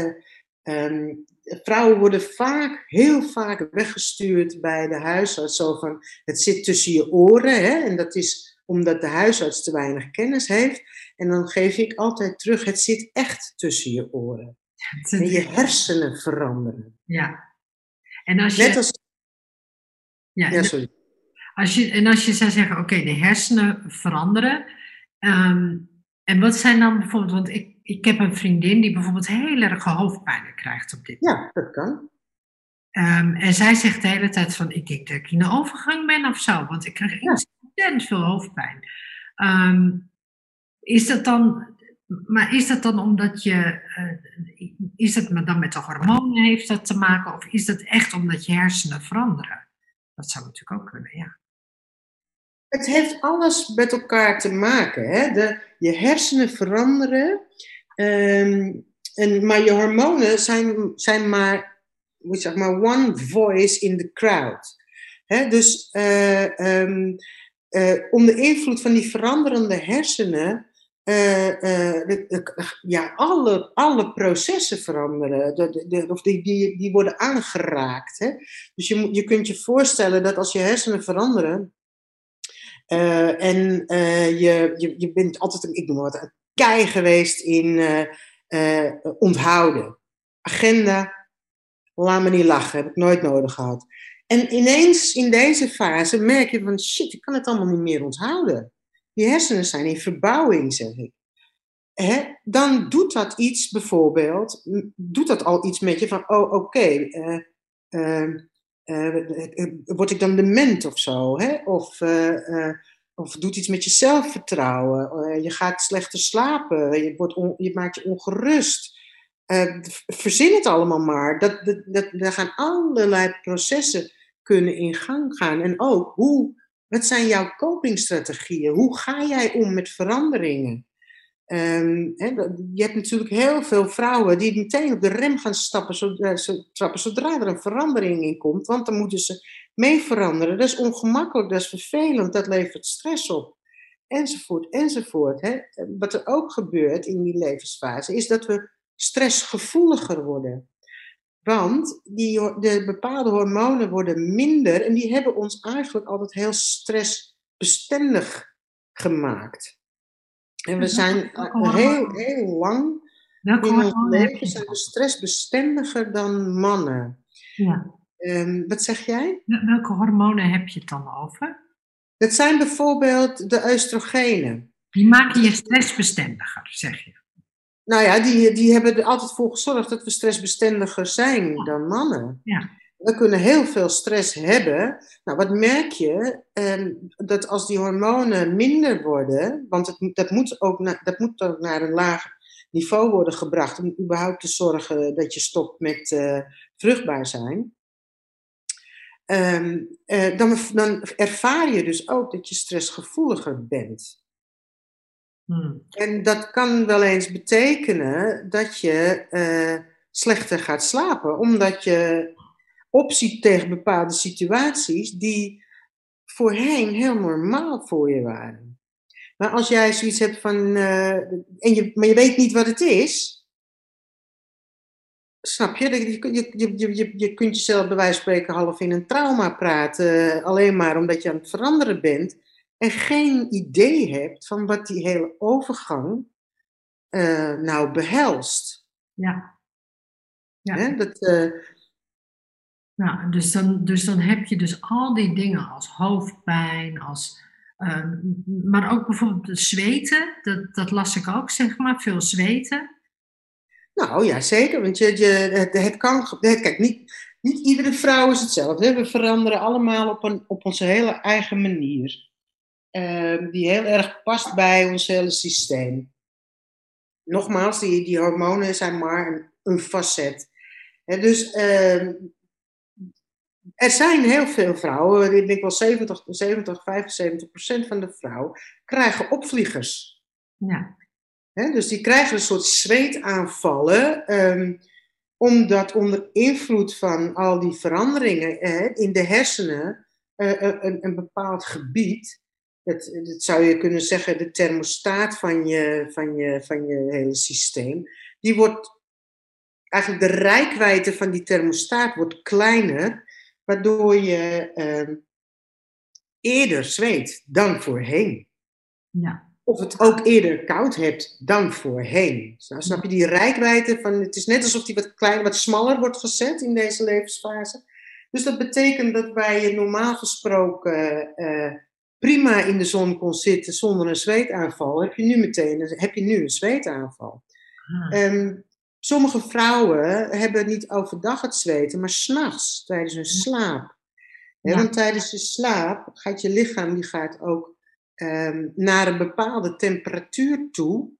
Vrouwen worden heel vaak weggestuurd bij de huisarts, zo van, het zit tussen je oren, en dat is omdat de huisarts te weinig kennis heeft. En dan geef ik altijd terug, het zit echt tussen je oren. En je hersenen veranderen. Ja. En als je... Net als... Ja, sorry. Als je zou zeggen, oké, de hersenen veranderen. En wat zijn dan bijvoorbeeld... Want ik heb een vriendin die bijvoorbeeld heel erg hoofdpijn krijgt op dit moment. Ja, dat kan. En zij zegt de hele tijd van, ik denk dat ik in de overgang ben of zo, want ik krijg Ja. intens veel hoofdpijn. Ehm, is dat dan, maar is dat dan omdat is dat dan met de hormonen heeft dat te maken, of is dat echt omdat je hersenen veranderen? Dat zou natuurlijk ook kunnen, ja. Het heeft alles met elkaar te maken. Hè? Je hersenen veranderen, maar je hormonen zijn maar, zeg maar, one voice in the crowd. Hè? Dus onder invloed van die veranderende hersenen, ja, alle processen veranderen. Of die worden aangeraakt. Hè? Dus je kunt je voorstellen dat als je hersenen veranderen, je bent altijd, ik noem maar wat, een kei geweest in onthouden. Agenda, laat me niet lachen, heb ik nooit nodig gehad. En ineens in deze fase merk je van shit, ik kan het allemaal niet meer onthouden. Die hersenen zijn in verbouwing, zeg ik. Dan doet dat iets bijvoorbeeld, doet dat al iets met je van, oh oké, word ik dan dement of zo? Hè? Of doet iets met je zelfvertrouwen. Je gaat slechter slapen. Je maakt je ongerust. Verzin het allemaal maar. Daar gaan allerlei processen kunnen in gang gaan. En ook, wat zijn jouw copingstrategieën? Hoe ga jij om met veranderingen? Je hebt natuurlijk heel veel vrouwen die meteen op de rem gaan trappen zodra er een verandering in komt, want dan moeten ze mee veranderen. Dat is ongemakkelijk, dat is vervelend, dat levert stress op, enzovoort, enzovoort. Hè. Wat er ook gebeurt in die levensfase is dat we stressgevoeliger worden. Want de bepaalde hormonen worden minder en die hebben ons eigenlijk altijd heel stressbestendig gemaakt. En we zijn heel lang Welke in ons hormonen heb leven je zijn we dan? stressbestendiger dan mannen. Ja. Wat zeg jij? Welke hormonen heb je het dan over? Dat zijn bijvoorbeeld de oestrogenen. Die maken je stressbestendiger, zeg je. Nou ja, die hebben er altijd voor gezorgd dat we stressbestendiger zijn dan mannen. Ja. We kunnen heel veel stress hebben. Nou, wat merk je? Dat als die hormonen minder worden, want dat moet ook naar een lager niveau worden gebracht om überhaupt te zorgen dat je stopt met vruchtbaar zijn. Dan ervaar je dus ook dat je stressgevoeliger bent. En dat kan wel eens betekenen dat je slechter gaat slapen, omdat je opziet tegen bepaalde situaties die voorheen heel normaal voor je waren. Maar als jij zoiets hebt van, maar je weet niet wat het is, snap je? Je kunt jezelf bij wijze van spreken half in een trauma praten, alleen maar omdat je aan het veranderen bent en geen idee hebt van wat die hele overgang nou behelst. Ja. Ja. Hè? Nou, dus dan heb je dus al die dingen als hoofdpijn, maar ook bijvoorbeeld het zweten, dat las ik ook, zeg maar, veel zweten. Nou ja, zeker. Want het kan. Kijk, niet iedere vrouw is hetzelfde. Hè? We veranderen allemaal op onze hele eigen manier. Die heel erg past bij ons hele systeem. Nogmaals, die hormonen zijn maar een facet. Dus er zijn heel veel vrouwen, ik denk wel 75% van de vrouwen, krijgen opvliegers. Ja. Dus die krijgen een soort zweetaanvallen, omdat onder invloed van al die veranderingen in de hersenen een bepaald gebied, dat zou je kunnen zeggen de thermostaat van je hele systeem, die wordt eigenlijk de reikwijdte van die thermostaat wordt kleiner, waardoor je eerder zweet dan voorheen. Ja. Of het ook eerder koud hebt dan voorheen. Nou, snap je die reikwijdte van, het is net alsof die wat kleiner, wat smaller wordt gezet in deze levensfase. Dus dat betekent dat waar je normaal gesproken prima in de zon kon zitten zonder een zweetaanval, heb je nu een zweetaanval. sommige vrouwen hebben niet overdag het zweten, maar 's nachts, tijdens hun slaap. Ja, Want tijdens je slaap gaat je lichaam die gaat ook naar een bepaalde temperatuur toe.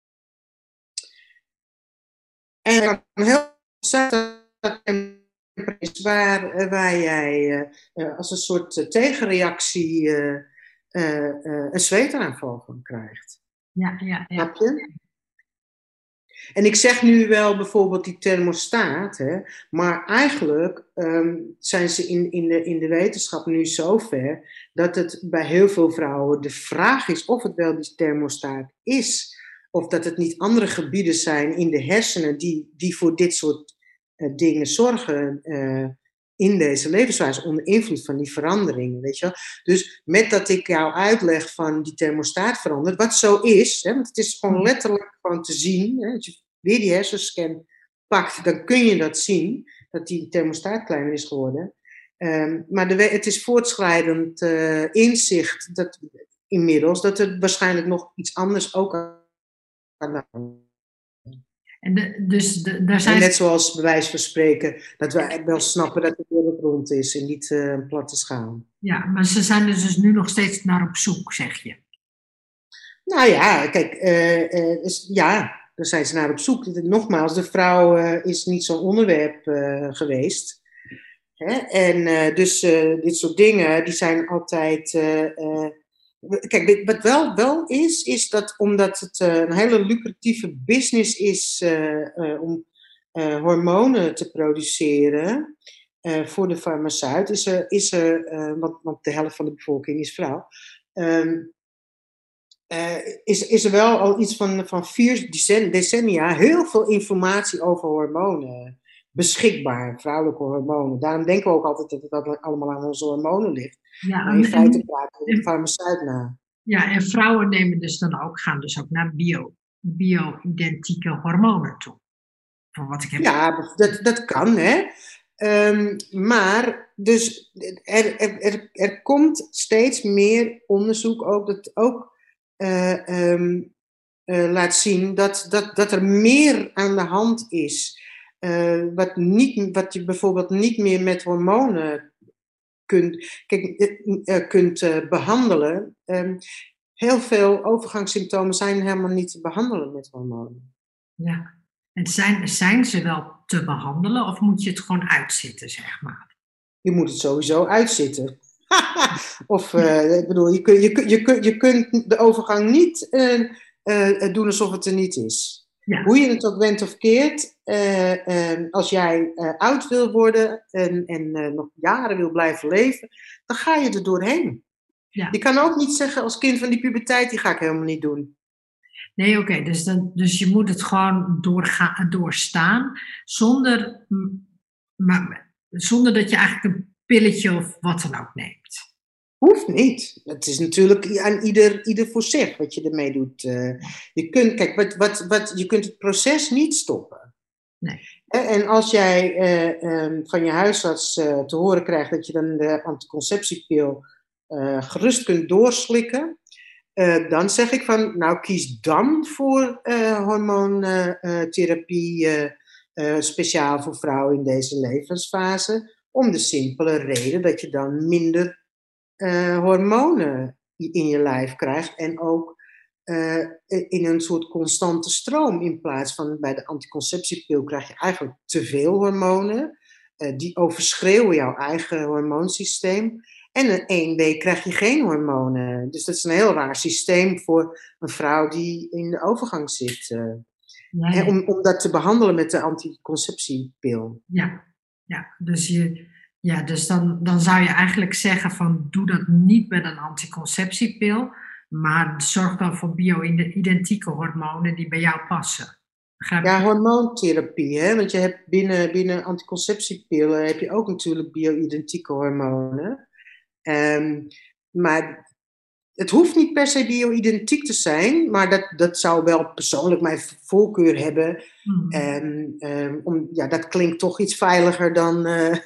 En er kan heel zacht is waar jij als een soort tegenreactie een zweetaanval van krijgt. ja. Snap je? En ik zeg nu wel bijvoorbeeld die thermostaat, hè, maar eigenlijk zijn ze in de wetenschap nu zover dat het bij heel veel vrouwen de vraag is of het wel die thermostaat is, of dat het niet andere gebieden zijn in de hersenen die voor dit soort dingen zorgen in deze levenswijze, onder invloed van die veranderingen, weet je wel. Dus met dat ik jou uitleg van die thermostaat verandert, wat zo is, hè, want het is gewoon letterlijk gewoon te zien, hè, als je weer die hersenscan pakt, dan kun je dat zien, dat die thermostaat kleiner is geworden. Maar het is voortschrijdend inzicht dat inmiddels dat er waarschijnlijk nog iets anders ook aan de hand is. En daar zijn... Net zoals bij wijze van spreken, dat we wel snappen dat de wereld rond is en niet een platte schaal. Ja, maar ze zijn er dus nu nog steeds naar op zoek, zeg je. Nou ja, kijk, ja, daar zijn ze naar op zoek. Nogmaals, de vrouw is niet zo'n onderwerp geweest. Hè? En dus dit soort dingen, die zijn altijd... kijk, wat wel is dat omdat het een hele lucratieve business is om hormonen te produceren voor de farmaceut, want de helft van de bevolking is vrouw, is er wel al iets van 4 decennia heel veel informatie over hormonen beschikbaar, vrouwelijke hormonen. Daarom denken we ook altijd dat het allemaal aan onze hormonen ligt. Ja, maar in feite praten we de farmaceut na. Ja, en vrouwen gaan dus ook naar bio-identieke hormonen toe. Van wat ik heb... Ja, dat kan, hè. Maar dus er komt steeds meer onderzoek ook dat ook laat zien dat er meer aan de hand is. Wat je bijvoorbeeld niet meer met hormonen kunt behandelen. Heel veel overgangssymptomen zijn helemaal niet te behandelen met hormonen. Ja. En zijn ze wel te behandelen of moet je het gewoon uitzitten, zeg maar? Je moet het sowieso uitzitten. Of, ik bedoel, je kunt de overgang niet doen alsof het er niet is. Ja. Hoe je het ook went of keert, als jij oud wil worden en nog jaren wil blijven leven, dan ga je er doorheen. Ja. Je kan ook niet zeggen als kind van die puberteit, die ga ik helemaal niet doen. Nee, oké, dus je moet het gewoon doorstaan zonder dat je eigenlijk een pilletje of wat dan ook neemt. Hoeft niet. Het is natuurlijk aan ieder voor zich wat je ermee doet. Je kunt het proces niet stoppen. Nee. En als jij van je huisarts te horen krijgt dat je dan de anticonceptiepil gerust kunt doorslikken, dan zeg ik van, nou kies dan voor hormoontherapie speciaal voor vrouwen in deze levensfase, om de simpele reden dat je dan minder hormonen in je lijf krijgt en ook in een soort constante stroom. In plaats van bij de anticonceptiepil krijg je eigenlijk te veel hormonen. Die overschreeuwen jouw eigen hormoonsysteem. En in 1 week krijg je geen hormonen. Dus dat is een heel raar systeem voor een vrouw die in de overgang zit. Nee. Om dat te behandelen met de anticonceptiepil. Ja, dus dan zou je eigenlijk zeggen van doe dat niet met een anticonceptiepil, maar zorg dan voor bio-identieke hormonen die bij jou passen. Ja, hormoontherapie, hè? Want je hebt binnen anticonceptiepillen heb je ook natuurlijk bio-identieke hormonen. Maar het hoeft niet per se bio-identiek te zijn, maar dat zou wel persoonlijk mijn voorkeur hebben. Dat klinkt toch iets veiliger dan...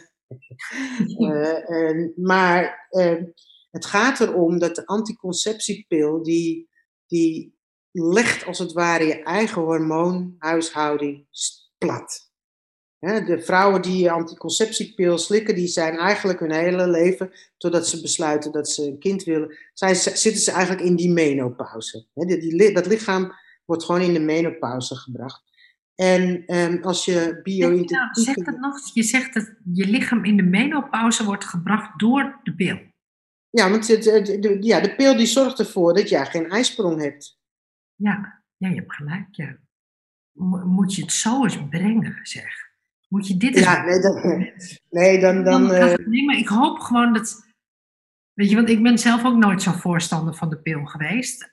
maar het gaat erom dat de anticonceptiepil, die legt als het ware je eigen hormoonhuishouding plat. De vrouwen die anticonceptiepil slikken, die zijn eigenlijk hun hele leven, totdat ze besluiten dat ze een kind willen, zitten ze eigenlijk in die menopauze. Dat lichaam wordt gewoon in de menopauze gebracht. En als je bio-intensief... Zeg dat nog? Je zegt dat je lichaam in de menopauze wordt gebracht door de pil. Ja, want de pil die zorgt ervoor dat jij geen ijsprong hebt. Ja, je hebt gelijk, ja. Moet je het zo eens brengen, zeg. Moet je dit eens... Ja, nee, dan... Nee, maar ik hoop gewoon dat... Weet je, want ik ben zelf ook nooit zo'n voorstander van de pil geweest.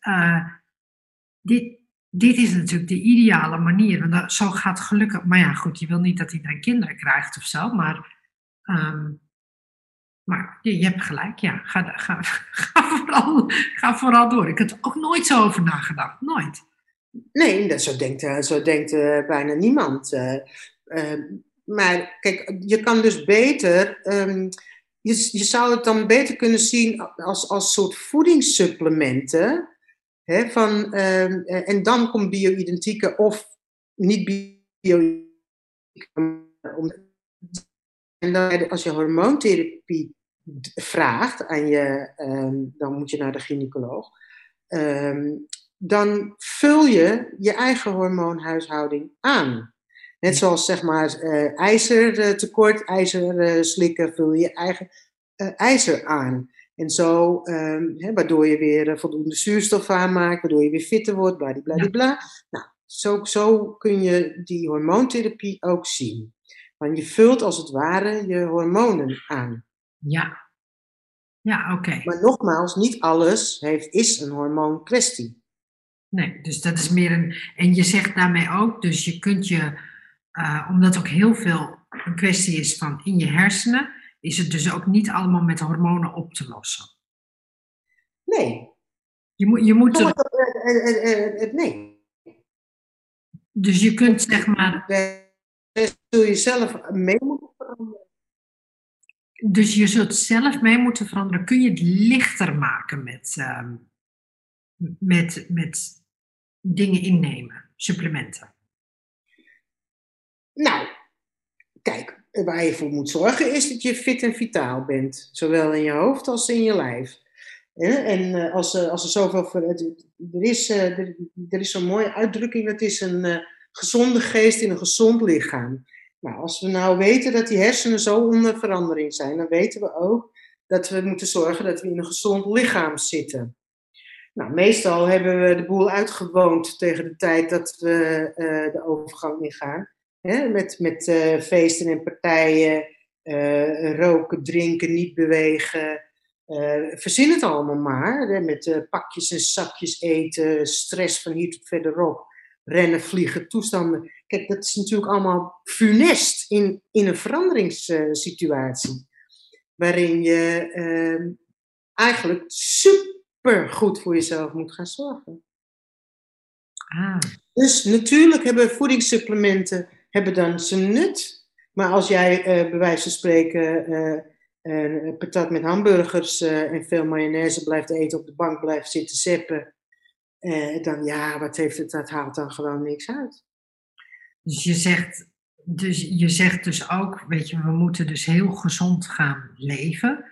Dit is natuurlijk de ideale manier. Want zo gaat het gelukkig... Maar ja, goed, je wil niet dat iedereen kinderen krijgt of zo. Maar je hebt gelijk, ja. Ga vooral door. Ik heb er ook nooit zo over nagedacht. Nooit. Nee, zo denkt bijna niemand. Maar kijk, je kan dus beter... je zou het dan beter kunnen zien als soort voedingssupplementen. Hè, en dan komt bio-identieke of niet bio-identieke. En dan, als je hormoontherapie vraagt aan je, dan moet je naar de gynaecoloog. Dan vul je je eigen hormoonhuishouding aan. Net zoals zeg maar ijzertekort, ijzer slikken, vul je eigen ijzer aan. En zo, waardoor je weer voldoende zuurstof aanmaakt, waardoor je weer fitter wordt, bladibladibla. Nou, zo kun je die hormoontherapie ook zien. Want je vult als het ware je hormonen aan. Ja, oké. Maar nogmaals, niet alles is een hormoonkwestie. Nee, dus dat is meer een... En je zegt daarmee ook, dus je kunt omdat ook heel veel een kwestie is van in je hersenen, is het dus ook niet allemaal met hormonen op te lossen. Nee. Je moet nee. Dus je kunt zeg maar... Zul je zelf mee moeten veranderen. Dus je zult zelf mee moeten veranderen. Kun je het lichter maken met dingen innemen, supplementen? Nou, kijk, waar je voor moet zorgen is dat je fit en vitaal bent. Zowel in je hoofd als in je lijf. En als er zoveel... Er is zo'n mooie uitdrukking, dat is een gezonde geest in een gezond lichaam. Nou, als we nou weten dat die hersenen zo onder verandering zijn, dan weten we ook dat we moeten zorgen dat we in een gezond lichaam zitten. Nou, meestal hebben we de boel uitgewoond tegen de tijd dat we de overgang ingaan. Met feesten en partijen, roken, drinken, niet bewegen. Verzin het allemaal maar. Met pakjes en zakjes eten, stress van hier tot verderop. Rennen, vliegen, toestanden. Kijk, dat is natuurlijk allemaal funest in een veranderingssituatie. Waarin je eigenlijk super goed voor jezelf moet gaan zorgen. Dus natuurlijk hebben voedingssupplementen dan zijn nut. Maar als jij bij wijze van spreken patat met hamburgers en veel mayonaise blijft eten, op de bank blijft zitten zeppen, dan ja, wat heeft het? Dat haalt dan gewoon niks uit. Dus je zegt dus ook, weet je, we moeten dus heel gezond gaan leven.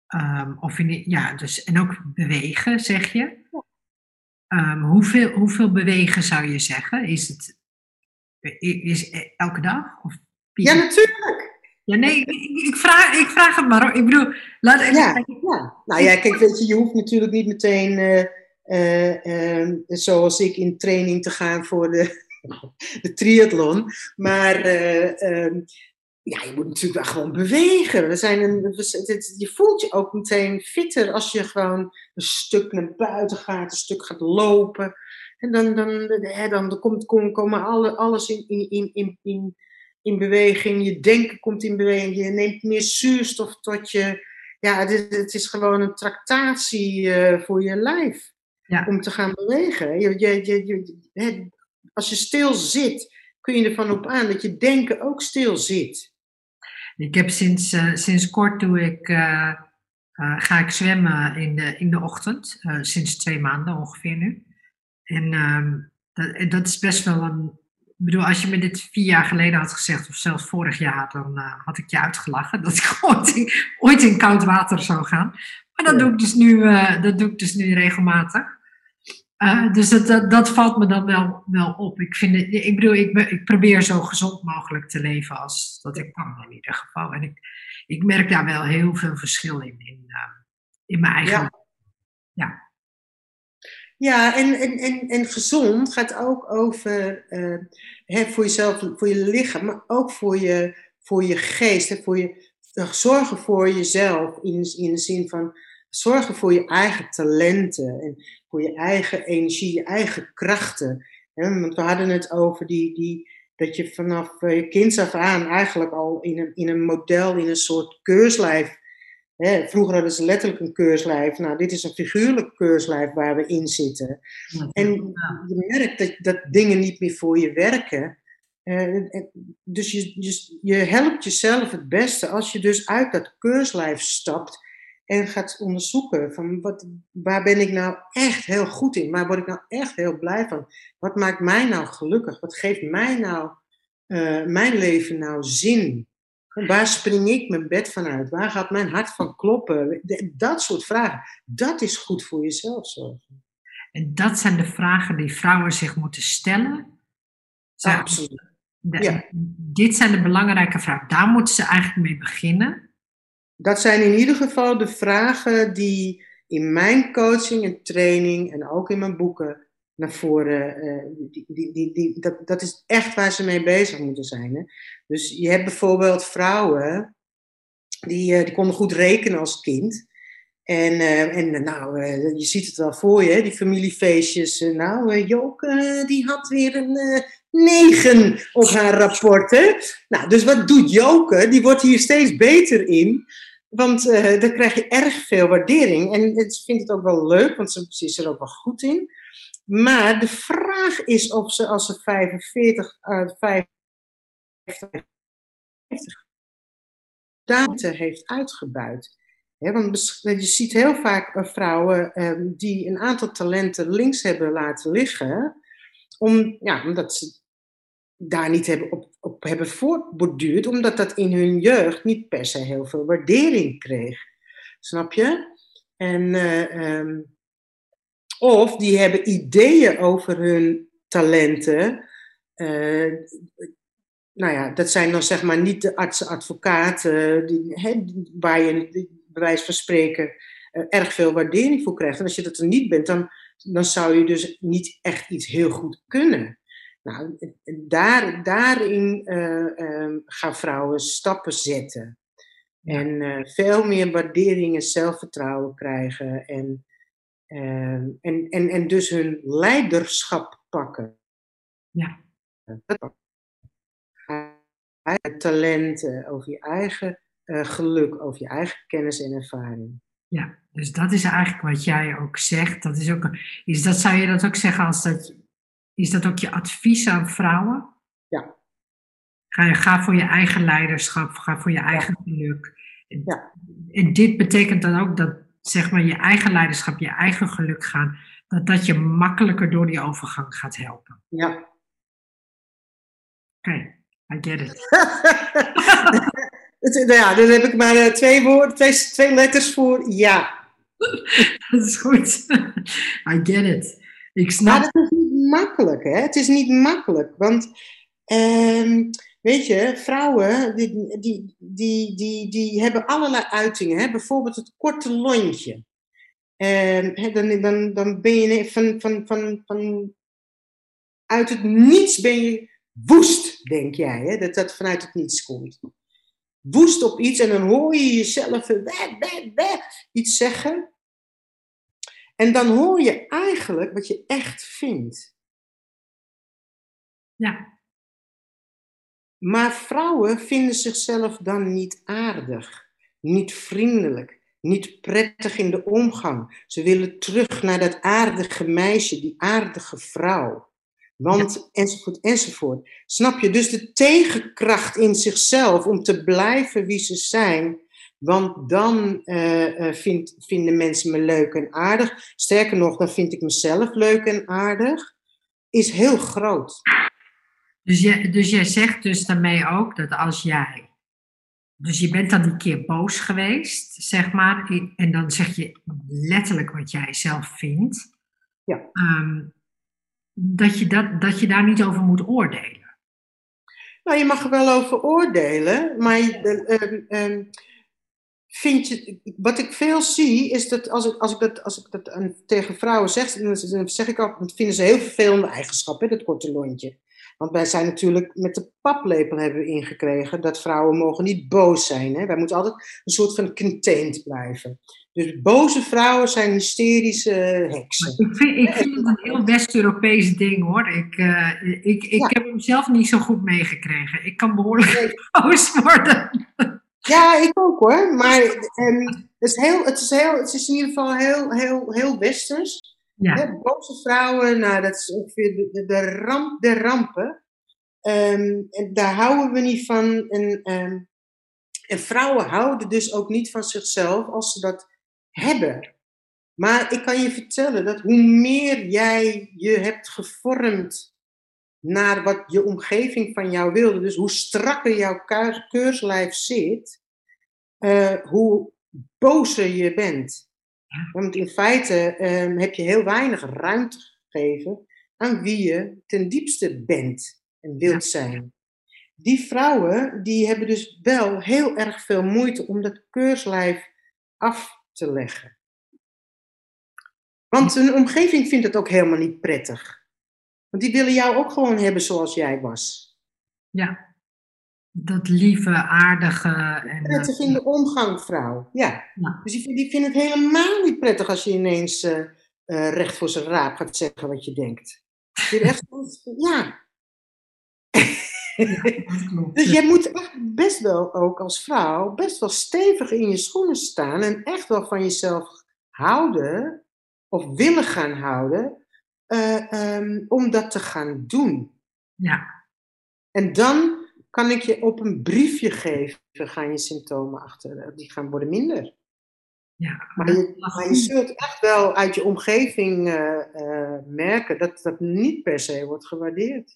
En ook bewegen, zeg je. Hoeveel bewegen zou je zeggen? Is elke dag? Of ja, natuurlijk. Ja, nee, ik vraag het maar. Ik bedoel, laat even... Ja. Nou ja, kijk, weet je hoeft natuurlijk niet meteen zoals ik in training te gaan voor de triathlon. Maar je moet natuurlijk wel gewoon bewegen. Je voelt je ook meteen fitter als je gewoon een stuk naar buiten gaat, een stuk gaat lopen. En dan komen alles in beweging. Je denken komt in beweging. Je neemt meer zuurstof tot je... Ja, het is gewoon een tractatie voor je lijf. Ja. Om te gaan bewegen. Als je stil zit, kun je ervan op aan dat je denken ook stil zit. Ik heb sinds kort ga ik zwemmen in de ochtend. Sinds 2 maanden ongeveer nu. En dat is best wel Ik bedoel, als je me dit 4 jaar geleden had gezegd, of zelfs vorig jaar, dan had ik je uitgelachen dat ik ooit in koud water zou gaan. Maar dat doe ik dus nu regelmatig. Dus dat valt me dan wel op. Ik probeer zo gezond mogelijk te leven als dat ik kan in ieder geval. En ik merk daar wel heel veel verschil in mijn eigen. Ja. Ja. Ja, en gezond gaat ook over voor jezelf, voor je lichaam, maar ook voor je geest. Hè, zorgen voor jezelf in de zin van zorgen voor je eigen talenten en voor je eigen energie, je eigen krachten. Hè, want we hadden het over dat je vanaf je kinds af aan eigenlijk al in een model, in een soort keurslijf. Vroeger hadden ze letterlijk een keurslijf. Nou, dit is een figuurlijk keurslijf waar we in zitten. En je merkt dat dingen niet meer voor je werken. Dus je helpt jezelf het beste als je dus uit dat keurslijf stapt en gaat onderzoeken van waar ben ik nou echt heel goed in? Waar word ik nou echt heel blij van? Wat maakt mij nou gelukkig? Wat geeft mij nou mijn leven nou zin? Waar spring ik mijn bed van uit? Waar gaat mijn hart van kloppen? Dat soort vragen. Dat is goed voor jezelf zorgen. En dat zijn de vragen die vrouwen zich moeten stellen. Absoluut. Ja. Dit zijn de belangrijke vragen. Daar moeten ze eigenlijk mee beginnen. Dat zijn in ieder geval de vragen die in mijn coaching en training en ook in mijn boeken naar voren. Dat is echt waar ze mee bezig moeten zijn. Hè? Dus je hebt bijvoorbeeld vrouwen die konden goed rekenen als kind. En je ziet het wel voor je, die familiefeestjes. Joke, die had weer een 9 op haar rapport. Hè? Nou, dus wat doet Joke? Die wordt hier steeds beter in. Want dan krijg je erg veel waardering. En ik vind het ook wel leuk, want ze is er ook wel goed in. Maar de vraag is of ze als ze 45, 50 data heeft uitgebuit. Want je ziet heel vaak vrouwen die een aantal talenten links hebben laten liggen, omdat ze daar niet op hebben voortborduurd, omdat dat in hun jeugd niet per se heel veel waardering kreeg. Snap je? Of die hebben ideeën over hun talenten. Dat zijn dan zeg maar niet de artsen, advocaten, waar je bij wijze van spreken erg veel waardering voor krijgt. En als je dat er niet bent, dan zou je dus niet echt iets heel goed kunnen. Nou, daarin gaan vrouwen stappen zetten. Ja. En veel meer waardering en zelfvertrouwen krijgen. En dus hun leiderschap pakken. Ja. Talenten, over je eigen geluk, over je eigen kennis en ervaring. Ja, dus dat is eigenlijk wat jij ook zegt. Zou je dat ook zeggen is dat ook je advies aan vrouwen? Ja. Ga voor je eigen leiderschap, ga voor je eigen geluk. Ja. En dit betekent dan ook dat, zeg maar, je eigen leiderschap, je eigen geluk gaan, dat je makkelijker door die overgang gaat helpen. Ja. Oké. I get it. Dan heb ik maar 2 letters voor ja. Dat is goed. I get it. Ik snap. Maar dat is niet makkelijk, hè? Het is niet makkelijk, want weet je, vrouwen die hebben allerlei uitingen, hè? Bijvoorbeeld het korte lontje. Dan ben je van uit het niets ben je woest, denk jij, hè? Dat vanuit het niets komt. Woest op iets en dan hoor je jezelf iets zeggen. En dan hoor je eigenlijk wat je echt vindt. Ja. Maar vrouwen vinden zichzelf dan niet aardig, niet vriendelijk, niet prettig in de omgang. Ze willen terug naar dat aardige meisje, die aardige vrouw. Want, enzovoort, enzovoort. Snap je? Dus de tegenkracht in zichzelf om te blijven wie ze zijn. Want dan vinden mensen me leuk en aardig. Sterker nog, dan vind ik mezelf leuk en aardig. Is heel groot. Dus jij zegt dus daarmee ook dat als jij, dus je bent dan die keer boos geweest, zeg maar, en dan zeg je letterlijk wat jij zelf vindt, Ja. dat je daar niet over moet oordelen. Nou, je mag er wel over oordelen, maar vind je, wat ik veel zie, is dat als ik dat tegen vrouwen zeg, dan zeg ik altijd, dat vinden ze heel vervelende eigenschap, hè, dat korte lontje. Want wij zijn natuurlijk met de paplepel hebben we ingekregen dat vrouwen mogen niet boos zijn. Hè? Wij moeten altijd een soort van contained blijven. Dus boze vrouwen zijn hysterische heksen. Ik vind het een heel West-Europees ding hoor. Ik Ja, heb hem zelf niet zo goed meegekregen. Ik kan behoorlijk boos worden. ja, ik ook hoor. Maar het is in ieder geval heel westers. Hè? Ja, Boze vrouwen, nou, dat is ongeveer de ramp der rampen. En daar houden we niet van. En vrouwen houden dus ook niet van zichzelf als ze dat hebben. Maar ik kan je vertellen dat hoe meer jij je hebt gevormd naar wat je omgeving van jou wilde, dus hoe strakker jouw keurslijf zit, hoe bozer je bent. Want in feite heb je heel weinig ruimte gegeven aan wie je ten diepste bent en ja, wilt zijn. Die vrouwen die hebben dus wel heel erg veel moeite om dat keurslijf af te leggen. Want hun omgeving vindt het ook helemaal niet prettig. Want die willen jou ook gewoon hebben zoals jij was. ja. Dat lieve, aardige en Prettig in de omgang, vrouw. Ja. ja. Dus die vinden het helemaal niet prettig als je ineens recht voor zijn raap gaat zeggen wat je denkt. Je echt, ja. Ja, dat klopt. Dus jij moet echt best wel ook als vrouw best wel stevig in je schoenen staan en echt wel van jezelf houden of willen gaan houden om dat te gaan doen. Ja, En dan kan ik je op een briefje geven, gaan je symptomen achter, die gaan worden minder. ja. Maar je zult echt wel uit je omgeving merken dat dat niet per se wordt gewaardeerd.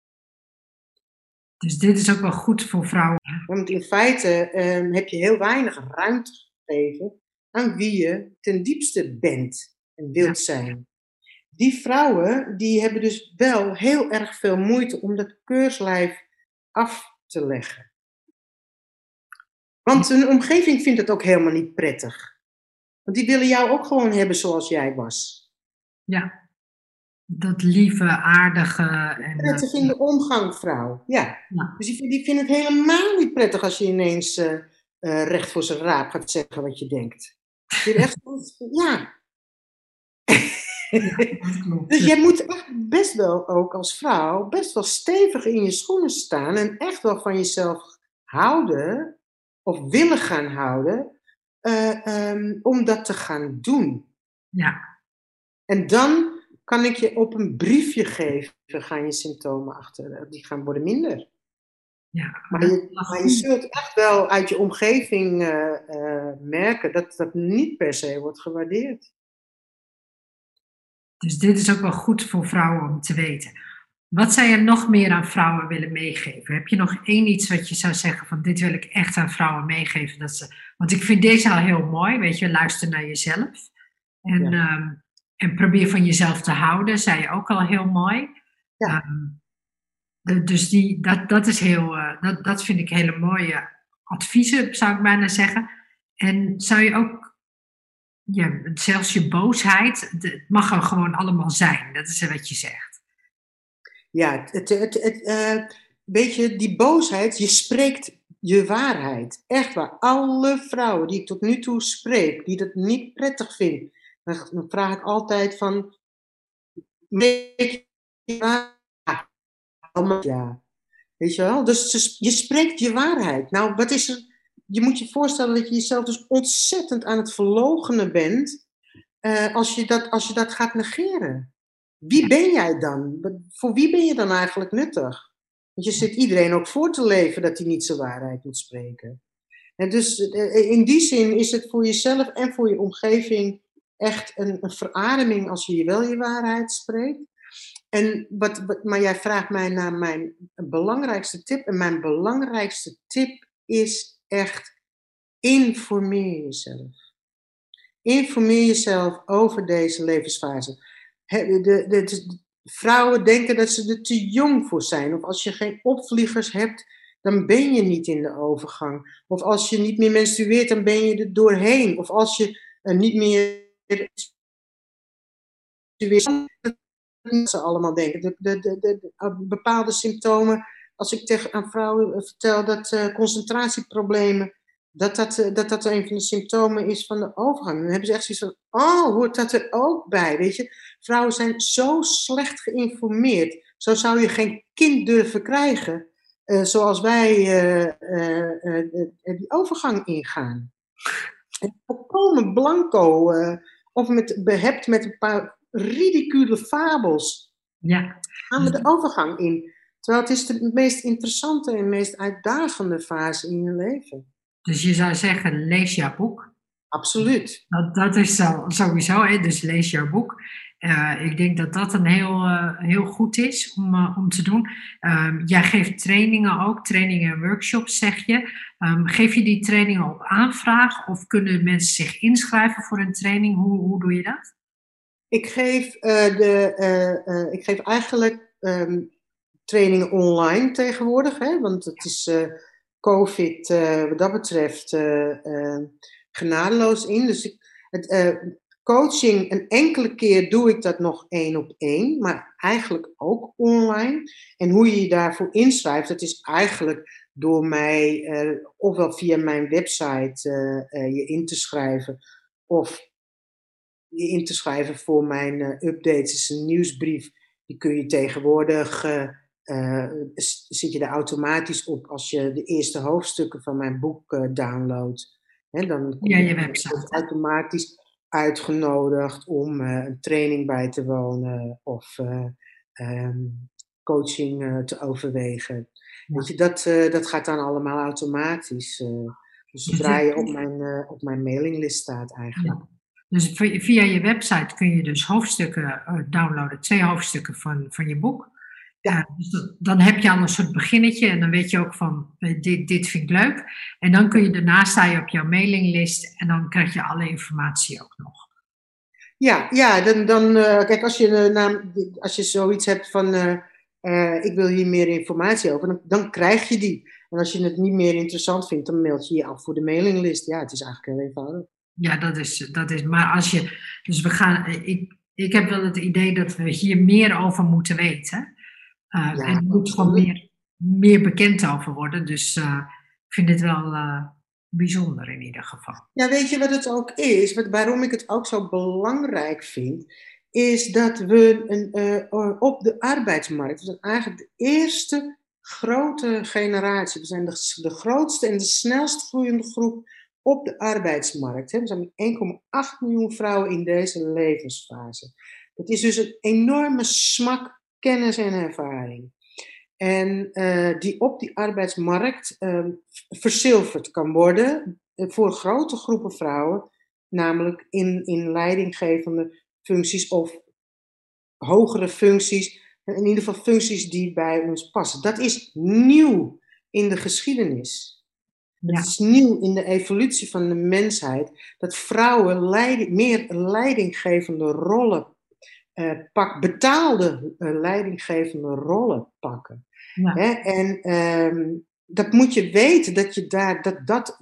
Dus dit is ook wel goed voor vrouwen. Want in feite heb je heel weinig ruimte gegeven aan wie je ten diepste bent en Ja, wilt zijn. Die vrouwen die hebben dus wel heel erg veel moeite om dat keurslijf af te leggen. Want hun omgeving vindt het ook helemaal niet prettig. Want die willen jou ook gewoon hebben zoals jij was. ja. Dat lieve, aardige en Prettig in de omgang, vrouw. Ja. ja. Dus die vinden het helemaal niet prettig als je ineens recht voor zijn raap gaat zeggen wat je denkt. Je echt, ja. Ja, dat klopt. Dus jij moet echt best wel ook als vrouw best wel stevig in je schoenen staan en echt wel van jezelf houden of willen gaan houden om dat te gaan doen. Ja, En dan kan ik je op een briefje geven, gaan je symptomen achter, die gaan worden minder. ja. Maar je zult echt wel uit je omgeving merken dat dat niet per se wordt gewaardeerd. Dus dit is ook wel goed voor vrouwen om te weten. Wat zou je nog meer aan vrouwen willen meegeven? Heb je nog één iets wat je zou zeggen van dit wil ik echt aan vrouwen meegeven? Want ik vind deze al heel mooi, weet je, luister naar jezelf. En, Ja. en probeer van jezelf te houden, zei je ook al heel mooi. Ja. Dus dat is dat vind ik hele mooie adviezen, zou ik bijna zeggen. En zou je ook, ja, zelfs je boosheid, het mag er gewoon allemaal zijn. Dat is wat je zegt. Ja, weet je, die boosheid, je spreekt je waarheid. Echt waar. Alle vrouwen die ik tot nu toe spreek, die dat niet prettig vinden, dan vraag ik altijd van, weet je waar? Ja. Weet je wel? Dus je spreekt je waarheid. Nou, wat is er? Je moet je voorstellen dat je jezelf dus ontzettend aan het verloochenen bent als je dat gaat negeren. Wie ben jij dan? Voor wie ben je dan eigenlijk nuttig? Want je zit iedereen ook voor te leven dat hij niet zijn waarheid moet spreken. En dus in die zin is het voor jezelf en voor je omgeving echt een verademing als je wel je waarheid spreekt. Maar jij vraagt mij naar mijn belangrijkste tip. En mijn belangrijkste tip is echt: informeer jezelf. Informeer jezelf over deze levensfase. Vrouwen denken dat ze er te jong voor zijn. Of als je geen opvliegers hebt, dan ben je niet in de overgang. Of als je niet meer menstrueert, dan ben je er doorheen. Of als je niet meer menstrueert, dat ze allemaal denken. Bepaalde symptomen, als ik aan vrouwen vertel dat concentratieproblemen, dat een van de symptomen is van de overgang. Dan hebben ze echt zoiets van: oh, hoort dat er ook bij, weet je? Vrouwen zijn zo slecht geïnformeerd. Zo zou je geen kind durven krijgen, zoals wij die overgang ingaan. En volkomen blanco, of behept met een paar ridicule fabels, Ja. gaan we de overgang in. Terwijl het is de meest interessante en meest uitdagende fase in je leven. Dus je zou zeggen, lees jouw boek. Absoluut. Dat is sowieso, hè? Dus lees jouw boek. Ik denk dat dat een heel goed is om te doen. Jij geeft trainingen ook, trainingen en workshops zeg je. Geef je die trainingen op aanvraag of kunnen mensen zich inschrijven voor een training? Hoe doe je dat? Ik geef eigenlijk trainingen online tegenwoordig, hè? Want het is COVID wat dat betreft genadeloos in. Dus coaching, een enkele keer doe ik dat nog 1-op-1, maar eigenlijk ook online. En hoe je je daarvoor inschrijft, dat is eigenlijk door mij ofwel via mijn website je in te schrijven, of je in te schrijven voor mijn updates. Het is een nieuwsbrief. Die kun je tegenwoordig, zit je er automatisch op als je de eerste hoofdstukken van mijn boek downloadt. Dan kom je website. automatisch uitgenodigd om een training bij te wonen of coaching te overwegen. Ja. Weet je, dat gaat dan allemaal automatisch. Dus zodra je op mijn mailinglist staat eigenlijk. Ja. Dus via je website kun je dus hoofdstukken downloaden, 2 hoofdstukken van je boek. Ja. Dus dan heb je al een soort beginnetje en dan weet je ook van dit vind ik leuk. En dan kun je daarna sta je op jouw mailinglist en dan krijg je alle informatie ook nog. Ja, dan kijk, als je zoiets hebt van ik wil hier meer informatie over, dan krijg je die. En als je het niet meer interessant vindt, dan meld je je af voor de mailinglist. Ja, het is eigenlijk heel eenvoudig. Ja, dat is. Maar als je. Dus we gaan. Ik heb wel het idee dat we hier meer over moeten weten. En er moet gewoon meer bekend over worden. Dus ik vind dit wel bijzonder in ieder geval. Ja, weet je wat het ook is? Waarom ik het ook zo belangrijk vind, is dat we op de arbeidsmarkt, we zijn eigenlijk de eerste grote generatie. We zijn de grootste en de snelst groeiende groep op de arbeidsmarkt. We zijn met 1,8 miljoen vrouwen in deze levensfase. Dat is dus een enorme smak kennis en ervaring. En die op die arbeidsmarkt verzilverd kan worden voor grote groepen vrouwen, namelijk in leidinggevende functies of hogere functies, in ieder geval functies die bij ons passen. Dat is nieuw in de geschiedenis. Ja. Het is nieuw in de evolutie van de mensheid, dat vrouwen meer leidinggevende rollen betaalde leidinggevende rollen pakken. Ja. En dat moet je weten, dat je dat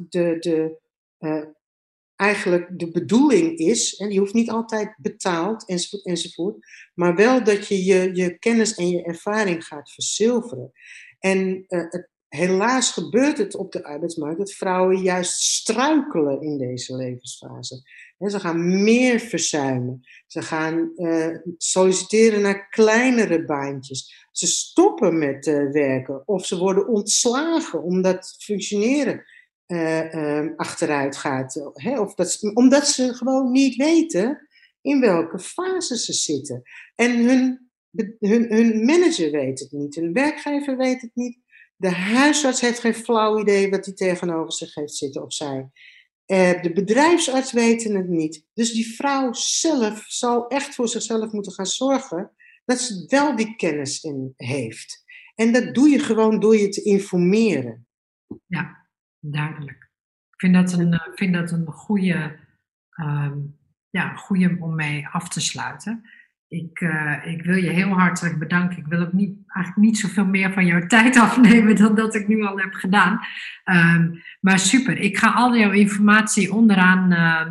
eigenlijk de bedoeling is. En die hoeft niet altijd betaald, enzovoort. Maar wel dat je je kennis en je ervaring gaat verzilveren. En helaas gebeurt het op de arbeidsmarkt dat vrouwen juist struikelen in deze levensfase. Ze gaan meer verzuimen. Ze gaan solliciteren naar kleinere baantjes. Ze stoppen met werken of ze worden ontslagen omdat functioneren achteruit gaat. Omdat ze gewoon niet weten in welke fase ze zitten. En hun manager weet het niet, hun werkgever weet het niet. De huisarts heeft geen flauw idee wat hij tegenover zich heeft zitten of zij. De bedrijfsarts weten het niet. Dus die vrouw zelf zal echt voor zichzelf moeten gaan zorgen dat ze wel die kennis in heeft. En dat doe je gewoon door je te informeren. Ja, duidelijk. Ik vind dat een goede, goede om mee af te sluiten. Ik wil je heel hartelijk bedanken. Ik wil ook eigenlijk niet zoveel meer van jouw tijd afnemen dan dat ik nu al heb gedaan. Maar super. Ik ga al jouw informatie onderaan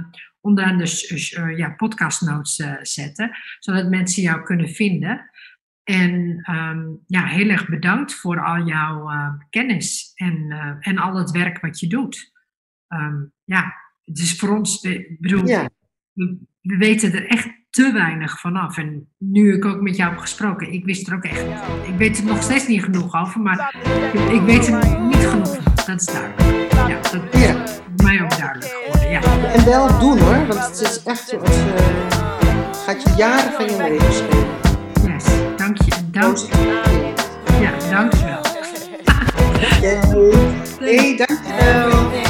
de podcast notes zetten, zodat mensen jou kunnen vinden. En heel erg bedankt voor al jouw kennis en al het werk wat je doet. Het is voor ons, ik bedoel, we weten er echt te weinig vanaf. En nu ik ook met jou heb gesproken, ik wist er ook echt, ik weet er nog steeds niet genoeg over, maar ik weet er niet genoeg van. Dat is duidelijk. Ja, dat is voor mij ook duidelijk geworden. Ja. En wel doen hoor, want het is echt zoals, gaat je jaren van je leven schelen. Yes, dank je. Ja, dank je wel. Hey, dank je wel.